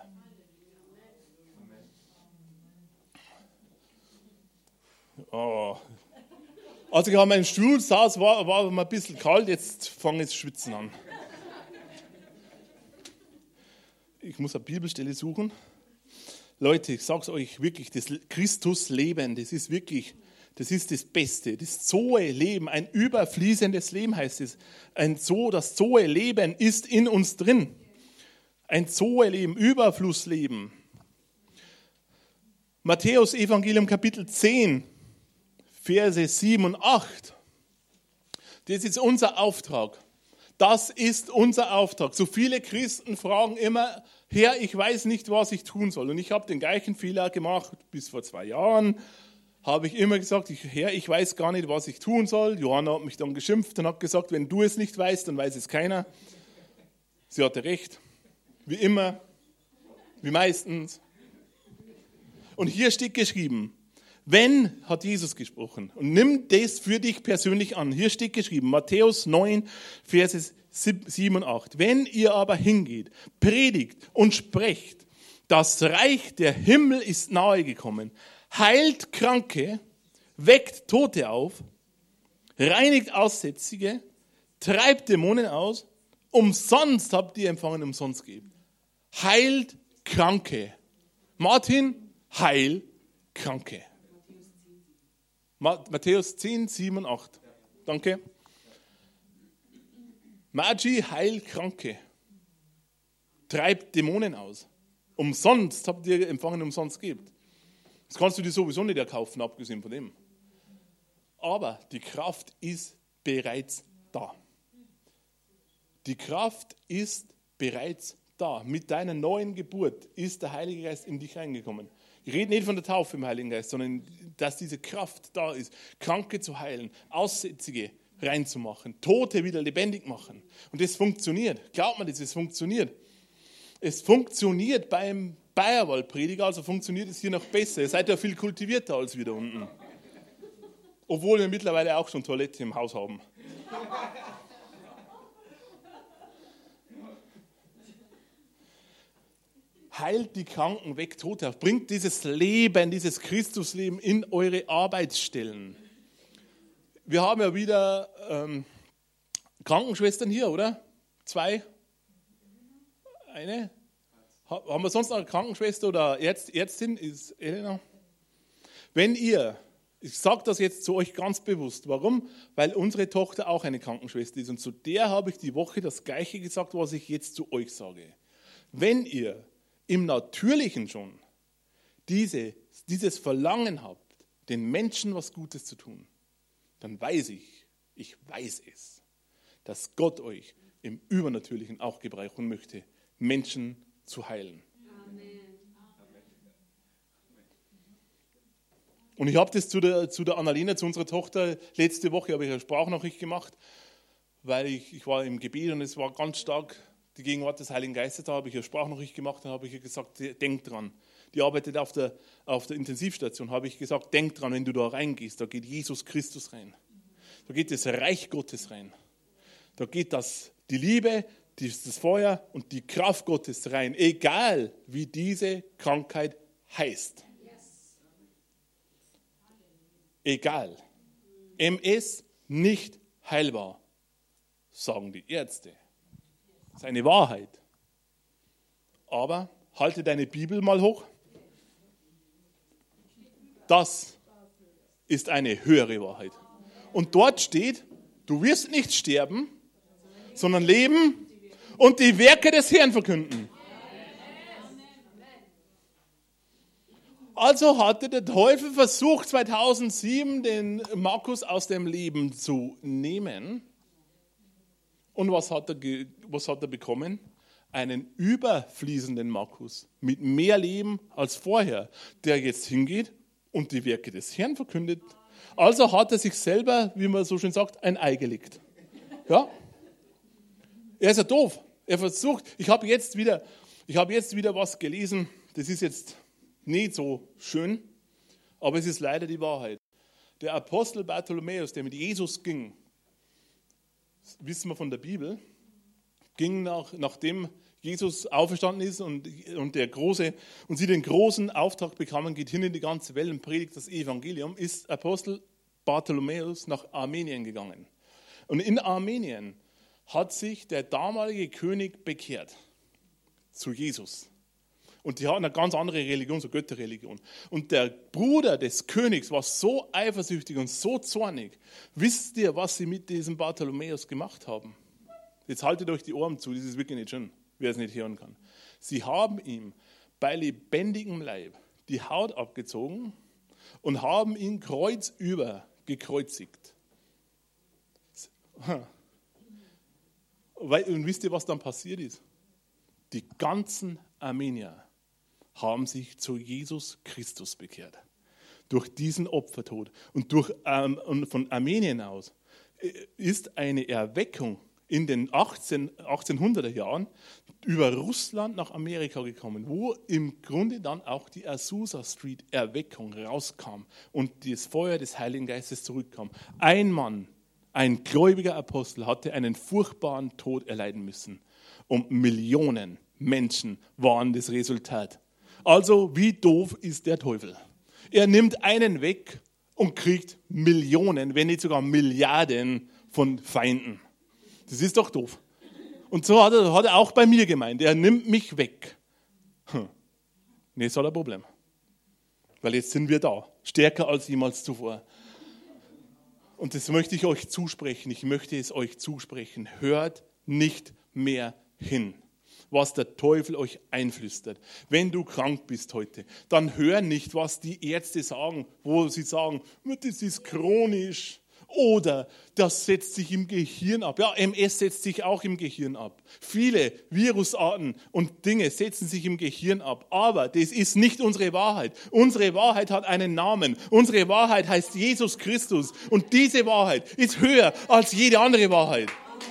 Oh. Als ich an meinem Stuhl saß, war, war mir ein bisschen kalt, jetzt fange ich zu schwitzen an. Ich muss eine Bibelstelle suchen. Leute, ich sage es euch wirklich, das Christusleben, das ist wirklich, das ist das Beste. Das Zoe-Leben, ein überfließendes Leben heißt es. Ein Zo, das Zoe-Leben ist in uns drin. Ein Zoe-Leben, Überflussleben. Matthäus Evangelium Kapitel zehn, Verse sieben und acht. Das ist unser Auftrag. Das ist unser Auftrag. So viele Christen fragen immer, Herr, ich weiß nicht, was ich tun soll. Und ich habe den gleichen Fehler gemacht bis vor zwei Jahren. Habe ich immer gesagt, ich, Herr, ich weiß gar nicht, was ich tun soll. Johanna hat mich dann geschimpft und hat gesagt, wenn du es nicht weißt, dann weiß es keiner. Sie hatte recht. Wie immer. Wie meistens. Und hier steht geschrieben, wenn, hat Jesus gesprochen, und nimm das für dich persönlich an. Hier steht geschrieben, Matthäus neun, Verse sieben und acht. Wenn ihr aber hingeht, predigt und sprecht, das Reich der Himmel ist nahe gekommen, heilt Kranke, weckt Tote auf, reinigt Aussätzige, treibt Dämonen aus, umsonst habt ihr empfangen, umsonst gebt. Heilt Kranke. Martin, heil Kranke. Matthäus zehn, sieben und acht. Danke. Magi, heil Kranke. Treibt Dämonen aus. Umsonst habt ihr empfangen, umsonst gebt. Das kannst du dir sowieso nicht erkaufen, abgesehen von dem. Aber die Kraft ist bereits da. Die Kraft ist bereits da. Mit deiner neuen Geburt ist der Heilige Geist in dich reingekommen. Ich rede nicht von der Taufe im Heiligen Geist, sondern dass diese Kraft da ist, Kranke zu heilen, Aussätzige reinzumachen, Tote wieder lebendig machen. Und das funktioniert. Glaubt man das, es funktioniert. Es funktioniert beim Bayerwald-Prediger, also funktioniert es hier noch besser. Ihr seid ja viel kultivierter als wir da unten. Obwohl wir mittlerweile auch schon Toilette im Haus haben. Heilt die Kranken, weckt Tote auf. Bringt dieses Leben, dieses Christusleben in eure Arbeitsstellen. Wir haben ja wieder ähm, Krankenschwestern hier, oder? Zwei? Eine? Haben wir sonst noch eine Krankenschwester oder Ärzt, Ärztin? Ist Elena? Wenn ihr, ich sage das jetzt zu euch ganz bewusst, warum? Weil unsere Tochter auch eine Krankenschwester ist und zu der habe ich die Woche das Gleiche gesagt, was ich jetzt zu euch sage. Wenn ihr im Natürlichen schon diese, dieses Verlangen habt, den Menschen was Gutes zu tun, dann weiß ich, ich weiß es, dass Gott euch im Übernatürlichen auch gebrauchen möchte, Menschen zu heilen. Amen. Und ich habe das zu der, zu der Annalena, zu unserer Tochter, letzte Woche habe ich eine Sprachnachricht gemacht, weil ich, ich war im Gebet und es war ganz stark die Gegenwart des Heiligen Geistes, da habe ich eine Sprachnachricht gemacht und habe ich ihr gesagt, denk dran. Die arbeitet auf der, auf der Intensivstation, habe ich gesagt, denk dran, wenn du da reingehst, da geht Jesus Christus rein. Da geht das Reich Gottes rein. Da geht das, die Liebe, das Feuer und die Kraft Gottes rein, egal wie diese Krankheit heißt. Egal. M S nicht heilbar, sagen die Ärzte. Das ist eine Wahrheit. Aber halte deine Bibel mal hoch. Das ist eine höhere Wahrheit. Und dort steht, du wirst nicht sterben, sondern leben und die Werke des Herrn verkünden. Also hatte der Teufel versucht, zweitausendsieben den Markus aus dem Leben zu nehmen. Und was hat er, ge- was hat er bekommen? Einen überfließenden Markus mit mehr Leben als vorher, der jetzt hingeht und die Werke des Herrn verkündet. Also hat er sich selber, wie man so schön sagt, ein Ei gelegt. Ja? Er ist ja doof. Er versucht, ich habe jetzt wieder, ich habe jetzt wieder was gelesen, das ist jetzt nicht so schön, aber es ist leider die Wahrheit. Der Apostel Bartholomäus, der mit Jesus ging, wissen wir von der Bibel, ging nach, nachdem Jesus auferstanden ist und, und, der große, und sie den großen Auftrag bekamen, geht hin in die ganze Welt und predigt das Evangelium, ist Apostel Bartholomäus nach Armenien gegangen. Und in Armenien hat sich der damalige König bekehrt zu Jesus. Und die hatten eine ganz andere Religion, so Götterreligion. Und der Bruder des Königs war so eifersüchtig und so zornig. Wisst ihr, was sie mit diesem Bartholomäus gemacht haben? Jetzt haltet euch die Ohren zu, das ist wirklich nicht schön, wer es nicht hören kann. Sie haben ihm bei lebendigem Leib die Haut abgezogen und haben ihn kreuzüber gekreuzigt. Und wisst ihr, was dann passiert ist? Die ganzen Armenier haben sich zu Jesus Christus bekehrt. Durch diesen Opfertod. Und, durch, ähm, und von Armenien aus ist eine Erweckung in den achtzehnhunderter Jahren über Russland nach Amerika gekommen, wo im Grunde dann auch die Azusa Street Erweckung rauskam und das Feuer des Heiligen Geistes zurückkam. Ein Mann, ein gläubiger Apostel, hatte einen furchtbaren Tod erleiden müssen. Und Millionen Menschen waren das Resultat. Also, wie doof ist der Teufel? Er nimmt einen weg und kriegt Millionen, wenn nicht sogar Milliarden von Feinden. Das ist doch doof. Und so hat er, hat er auch bei mir gemeint. Er nimmt mich weg. Hm. Jetzt hat er ein Problem. Weil jetzt sind wir da, stärker als jemals zuvor. Und das möchte ich euch zusprechen. Ich möchte es euch zusprechen. Hört nicht mehr hin, was der Teufel euch einflüstert. Wenn du krank bist heute, dann hör nicht, was die Ärzte sagen, wo sie sagen, das ist chronisch oder das setzt sich im Gehirn ab. Ja, M S setzt sich auch im Gehirn ab. Viele Virusarten und Dinge setzen sich im Gehirn ab. Aber das ist nicht unsere Wahrheit. Unsere Wahrheit hat einen Namen. Unsere Wahrheit heißt Jesus Christus. Und diese Wahrheit ist höher als jede andere Wahrheit.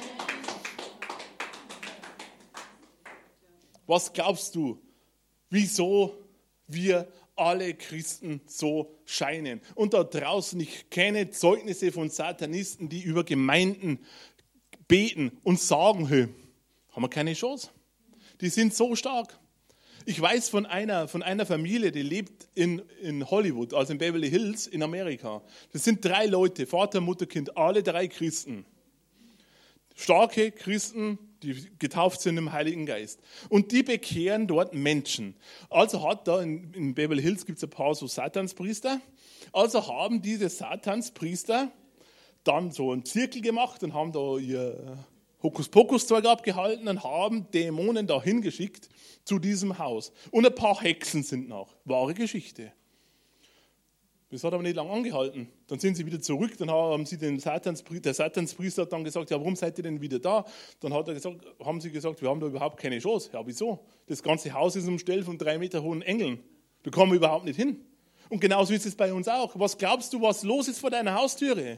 Was glaubst du, wieso wir alle Christen so scheinen? Und da draußen, ich kenne Zeugnisse von Satanisten, die über Gemeinden beten und sagen, hey, haben wir keine Chance. Die sind so stark. Ich weiß von einer, von einer Familie, die lebt in, in Hollywood, also in Beverly Hills in Amerika. Das sind drei Leute, Vater, Mutter, Kind, alle drei Christen. Starke Christen, die getauft sind im Heiligen Geist. Und die bekehren dort Menschen. Also hat da in, in Beverly Hills gibt es ein paar so Satanspriester. Also haben diese Satanspriester dann so einen Zirkel gemacht und haben da ihr Hokuspokus-Zeug abgehalten und haben Dämonen da hingeschickt zu diesem Haus. Und ein paar Hexen sind nach. Wahre Geschichte. Das hat aber nicht lange angehalten. Dann sind sie wieder zurück, dann haben sie den Satanspriester, der Satanspriester hat dann gesagt, ja, warum seid ihr denn wieder da? Dann hat er gesagt, haben sie gesagt, wir haben da überhaupt keine Chance. Ja, wieso? Das ganze Haus ist umstellt von drei Meter hohen Engeln. Da kommen wir überhaupt nicht hin. Und genauso ist es bei uns auch. Was glaubst du, was los ist vor deiner Haustüre?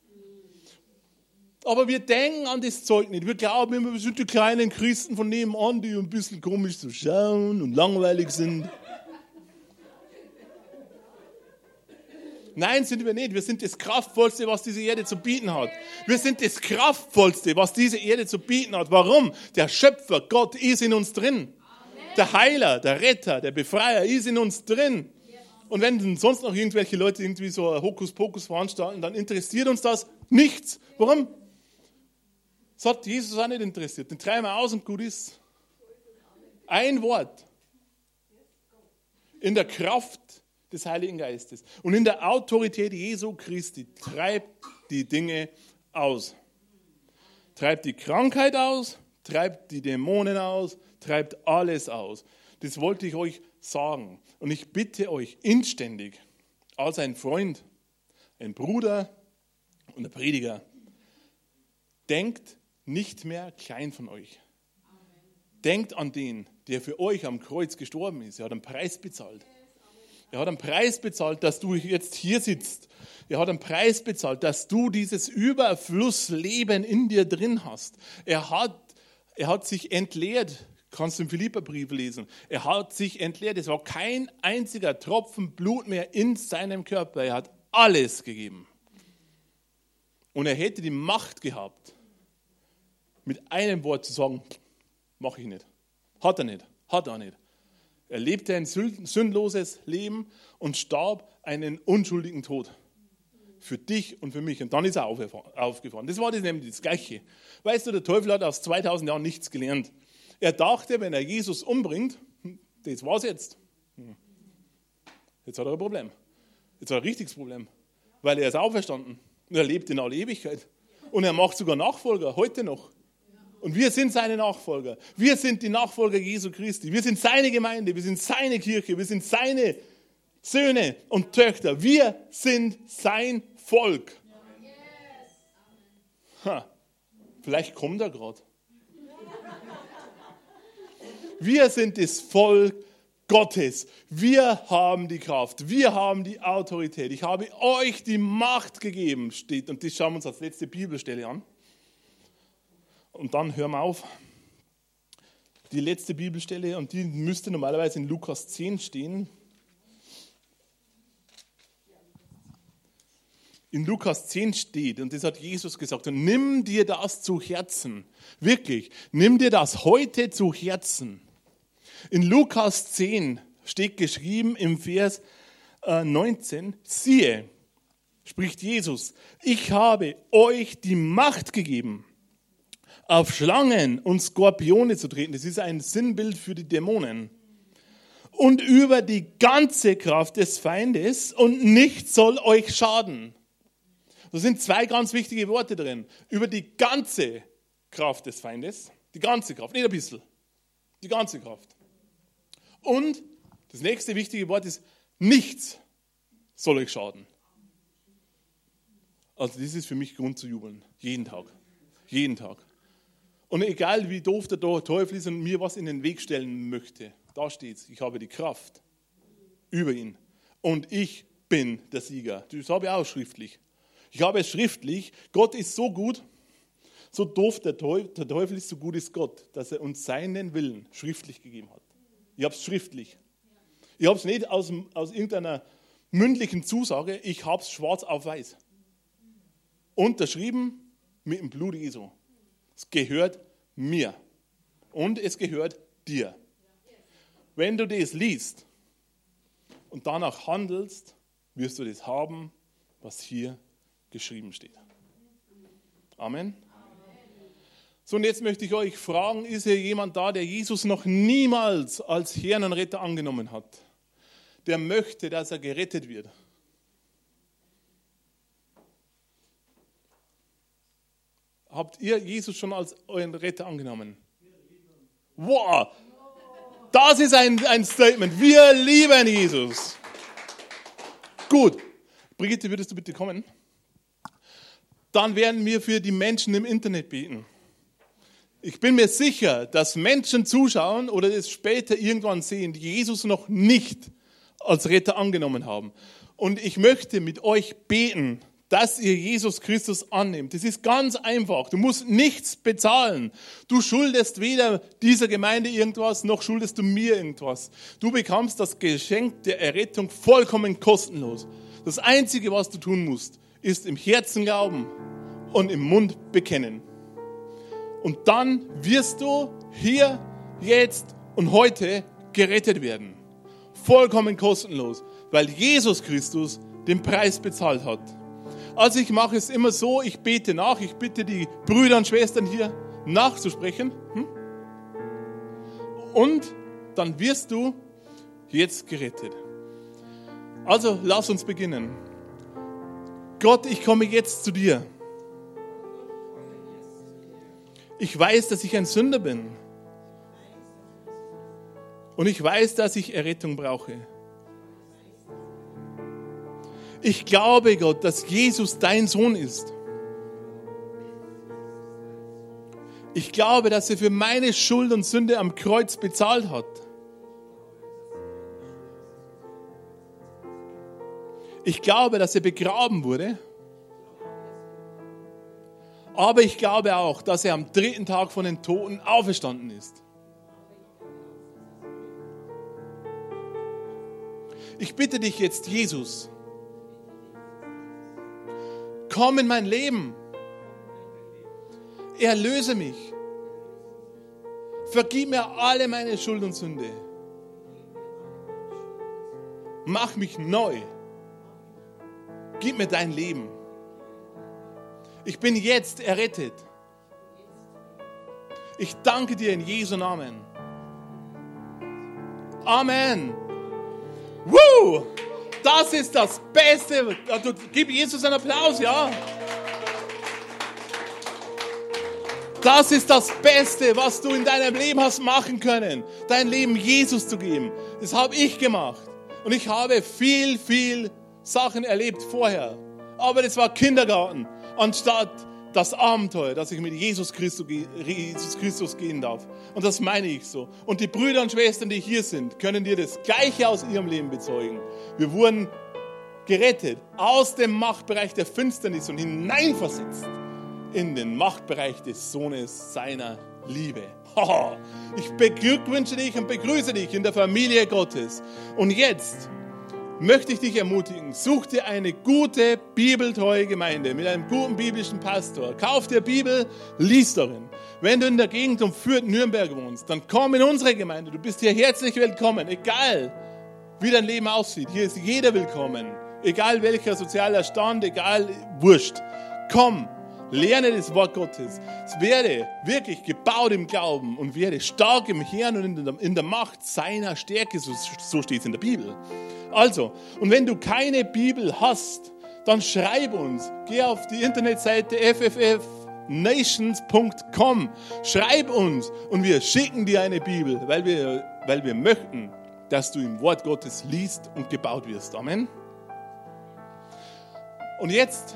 Aber wir denken an das Zeug nicht. Wir glauben immer, wir sind die kleinen Christen von nebenan, die ein bisschen komisch zu schauen und langweilig sind. Nein, sind wir nicht. Wir sind das Kraftvollste, was diese Erde zu bieten hat. Wir sind das Kraftvollste, was diese Erde zu bieten hat. Warum? Der Schöpfer, Gott, ist in uns drin. Der Heiler, der Retter, der Befreier ist in uns drin. Und wenn sonst noch irgendwelche Leute irgendwie so Hokuspokus veranstalten, dann interessiert uns das nichts. Warum? Das hat Jesus auch nicht interessiert. Den treiben wir aus und gut ist. Ein Wort. In der Kraft des Heiligen Geistes. Und in der Autorität Jesu Christi treibt die Dinge aus. Treibt die Krankheit aus, treibt die Dämonen aus, treibt alles aus. Das wollte ich euch sagen. Und ich bitte euch inständig, als ein Freund, ein Bruder und ein Prediger, denkt nicht mehr klein von euch. Denkt an den, der für euch am Kreuz gestorben ist. Er hat einen Preis bezahlt. Er hat einen Preis bezahlt, dass du jetzt hier sitzt. Er hat einen Preis bezahlt, dass du dieses Überflussleben in dir drin hast. Er hat, er hat sich entleert. Kannst du im Philipperbrief lesen. Er hat sich entleert. Es war kein einziger Tropfen Blut mehr in seinem Körper. Er hat alles gegeben. Und er hätte die Macht gehabt, mit einem Wort zu sagen, mache ich nicht. Hat er nicht. Hat er nicht. Er lebte ein sündloses Leben und starb einen unschuldigen Tod. Für dich und für mich. Und dann ist er aufgefahren. Das war das nämlich das Gleiche. Weißt du, der Teufel hat aus zweitausend Jahren nichts gelernt. Er dachte, wenn er Jesus umbringt, das war's jetzt. Jetzt hat er ein Problem. Jetzt hat er ein richtiges Problem. Weil er ist auferstanden. Und er lebt in aller Ewigkeit. Und er macht sogar Nachfolger, heute noch. Und wir sind seine Nachfolger. Wir sind die Nachfolger Jesu Christi. Wir sind seine Gemeinde. Wir sind seine Kirche. Wir sind seine Söhne und Töchter. Wir sind sein Volk. Ha, vielleicht kommt er gerade. Wir sind das Volk Gottes. Wir haben die Kraft. Wir haben die Autorität. Ich habe euch die Macht gegeben, steht. Und das schauen wir uns als letzte Bibelstelle an. Und dann hören wir auf. Die letzte Bibelstelle, und die müsste normalerweise in Lukas zehn stehen. In Lukas zehn steht, und das hat Jesus gesagt, und nimm dir das zu Herzen. Wirklich, nimm dir das heute zu Herzen. In Lukas zehn steht geschrieben im Vers neunzehn, siehe, spricht Jesus, ich habe euch die Macht gegeben, auf Schlangen und Skorpione zu treten. Das ist ein Sinnbild für die Dämonen. Und über die ganze Kraft des Feindes, und nichts soll euch schaden. Da sind zwei ganz wichtige Worte drin. Über die ganze Kraft des Feindes, die ganze Kraft, nicht ein bisschen, die ganze Kraft. Und das nächste wichtige Wort ist, nichts soll euch schaden. Also das ist für mich Grund zu jubeln, jeden Tag, jeden Tag. Und egal wie doof der Teufel ist und mir was in den Weg stellen möchte, da steht es, ich habe die Kraft über ihn und ich bin der Sieger. Das habe ich auch schriftlich. Ich habe es schriftlich, Gott ist so gut, so doof der Teufel, der Teufel ist, so gut ist Gott, dass er uns seinen Willen schriftlich gegeben hat. Ich habe es schriftlich. Ich habe es nicht aus, aus irgendeiner mündlichen Zusage, ich habe es schwarz auf weiß. Unterschrieben mit dem Blut Jesu. Es gehört mir und es gehört dir. Wenn du das liest und danach handelst, wirst du das haben, was hier geschrieben steht. Amen. So, und jetzt möchte ich euch fragen, ist hier jemand da, der Jesus noch niemals als Herrn und Retter angenommen hat? Der möchte, dass er gerettet wird. Habt ihr Jesus schon als euren Retter angenommen? Wow, das ist ein, ein Statement. Wir lieben Jesus. Gut, Brigitte, würdest du bitte kommen? Dann werden wir für die Menschen im Internet beten. Ich bin mir sicher, dass Menschen zuschauen oder es später irgendwann sehen, die Jesus noch nicht als Retter angenommen haben. Und ich möchte mit euch beten, dass ihr Jesus Christus annimmt. Das ist ganz einfach. Du musst nichts bezahlen. Du schuldest weder dieser Gemeinde irgendwas, noch schuldest du mir irgendwas. Du bekommst das Geschenk der Errettung vollkommen kostenlos. Das Einzige, was du tun musst, ist im Herzen glauben und im Mund bekennen. Und dann wirst du hier, jetzt und heute gerettet werden. Vollkommen kostenlos, weil Jesus Christus den Preis bezahlt hat. Also ich mache es immer so, ich bete nach, ich bitte die Brüder und Schwestern hier nachzusprechen. Und dann wirst du jetzt gerettet. Also lass uns beginnen. Gott, ich komme jetzt zu dir. Ich weiß, dass ich ein Sünder bin. Und ich weiß, dass ich Errettung brauche. Ich glaube, Gott, dass Jesus dein Sohn ist. Ich glaube, dass er für meine Schuld und Sünde am Kreuz bezahlt hat. Ich glaube, dass er begraben wurde. Aber ich glaube auch, dass er am dritten Tag von den Toten auferstanden ist. Ich bitte dich jetzt, Jesus, komm in mein Leben. Erlöse mich. Vergib mir alle meine Schuld und Sünde. Mach mich neu. Gib mir dein Leben. Ich bin jetzt errettet. Ich danke dir in Jesu Namen. Amen. Woo! Das ist das Beste. Gib Jesus einen Applaus, ja. Das ist das Beste, was du in deinem Leben hast machen können. Dein Leben Jesus zu geben. Das habe ich gemacht. Und ich habe viel, viel Sachen erlebt vorher. Aber das war Kindergarten, anstatt das Abenteuer, dass ich mit Jesus Christus, Jesus Christus gehen darf. Und das meine ich so. Und die Brüder und Schwestern, die hier sind, können dir das Gleiche aus ihrem Leben bezeugen. Wir wurden gerettet aus dem Machtbereich der Finsternis und hineinversetzt in den Machtbereich des Sohnes seiner Liebe. Ich beglückwünsche dich und begrüße dich in der Familie Gottes. Und jetzt möchte ich dich ermutigen, such dir eine gute, bibeltreue Gemeinde mit einem guten biblischen Pastor. Kauf dir Bibel, lies darin. Wenn du in der Gegend um Fürth, Nürnberg wohnst, dann komm in unsere Gemeinde. Du bist hier herzlich willkommen, egal wie dein Leben aussieht. Hier ist jeder willkommen, egal welcher sozialer Stand, egal, wurscht. Komm, lerne das Wort Gottes. Werde wirklich gebaut im Glauben und werde stark im Herrn und in der, in der Macht seiner Stärke, so, so steht es in der Bibel. Also, und wenn du keine Bibel hast, dann schreib uns. Geh auf die Internetseite f f f nations punkt com. Schreib uns und wir schicken dir eine Bibel, weil wir, weil wir möchten, dass du im Wort Gottes liest und gebaut wirst. Amen. Und jetzt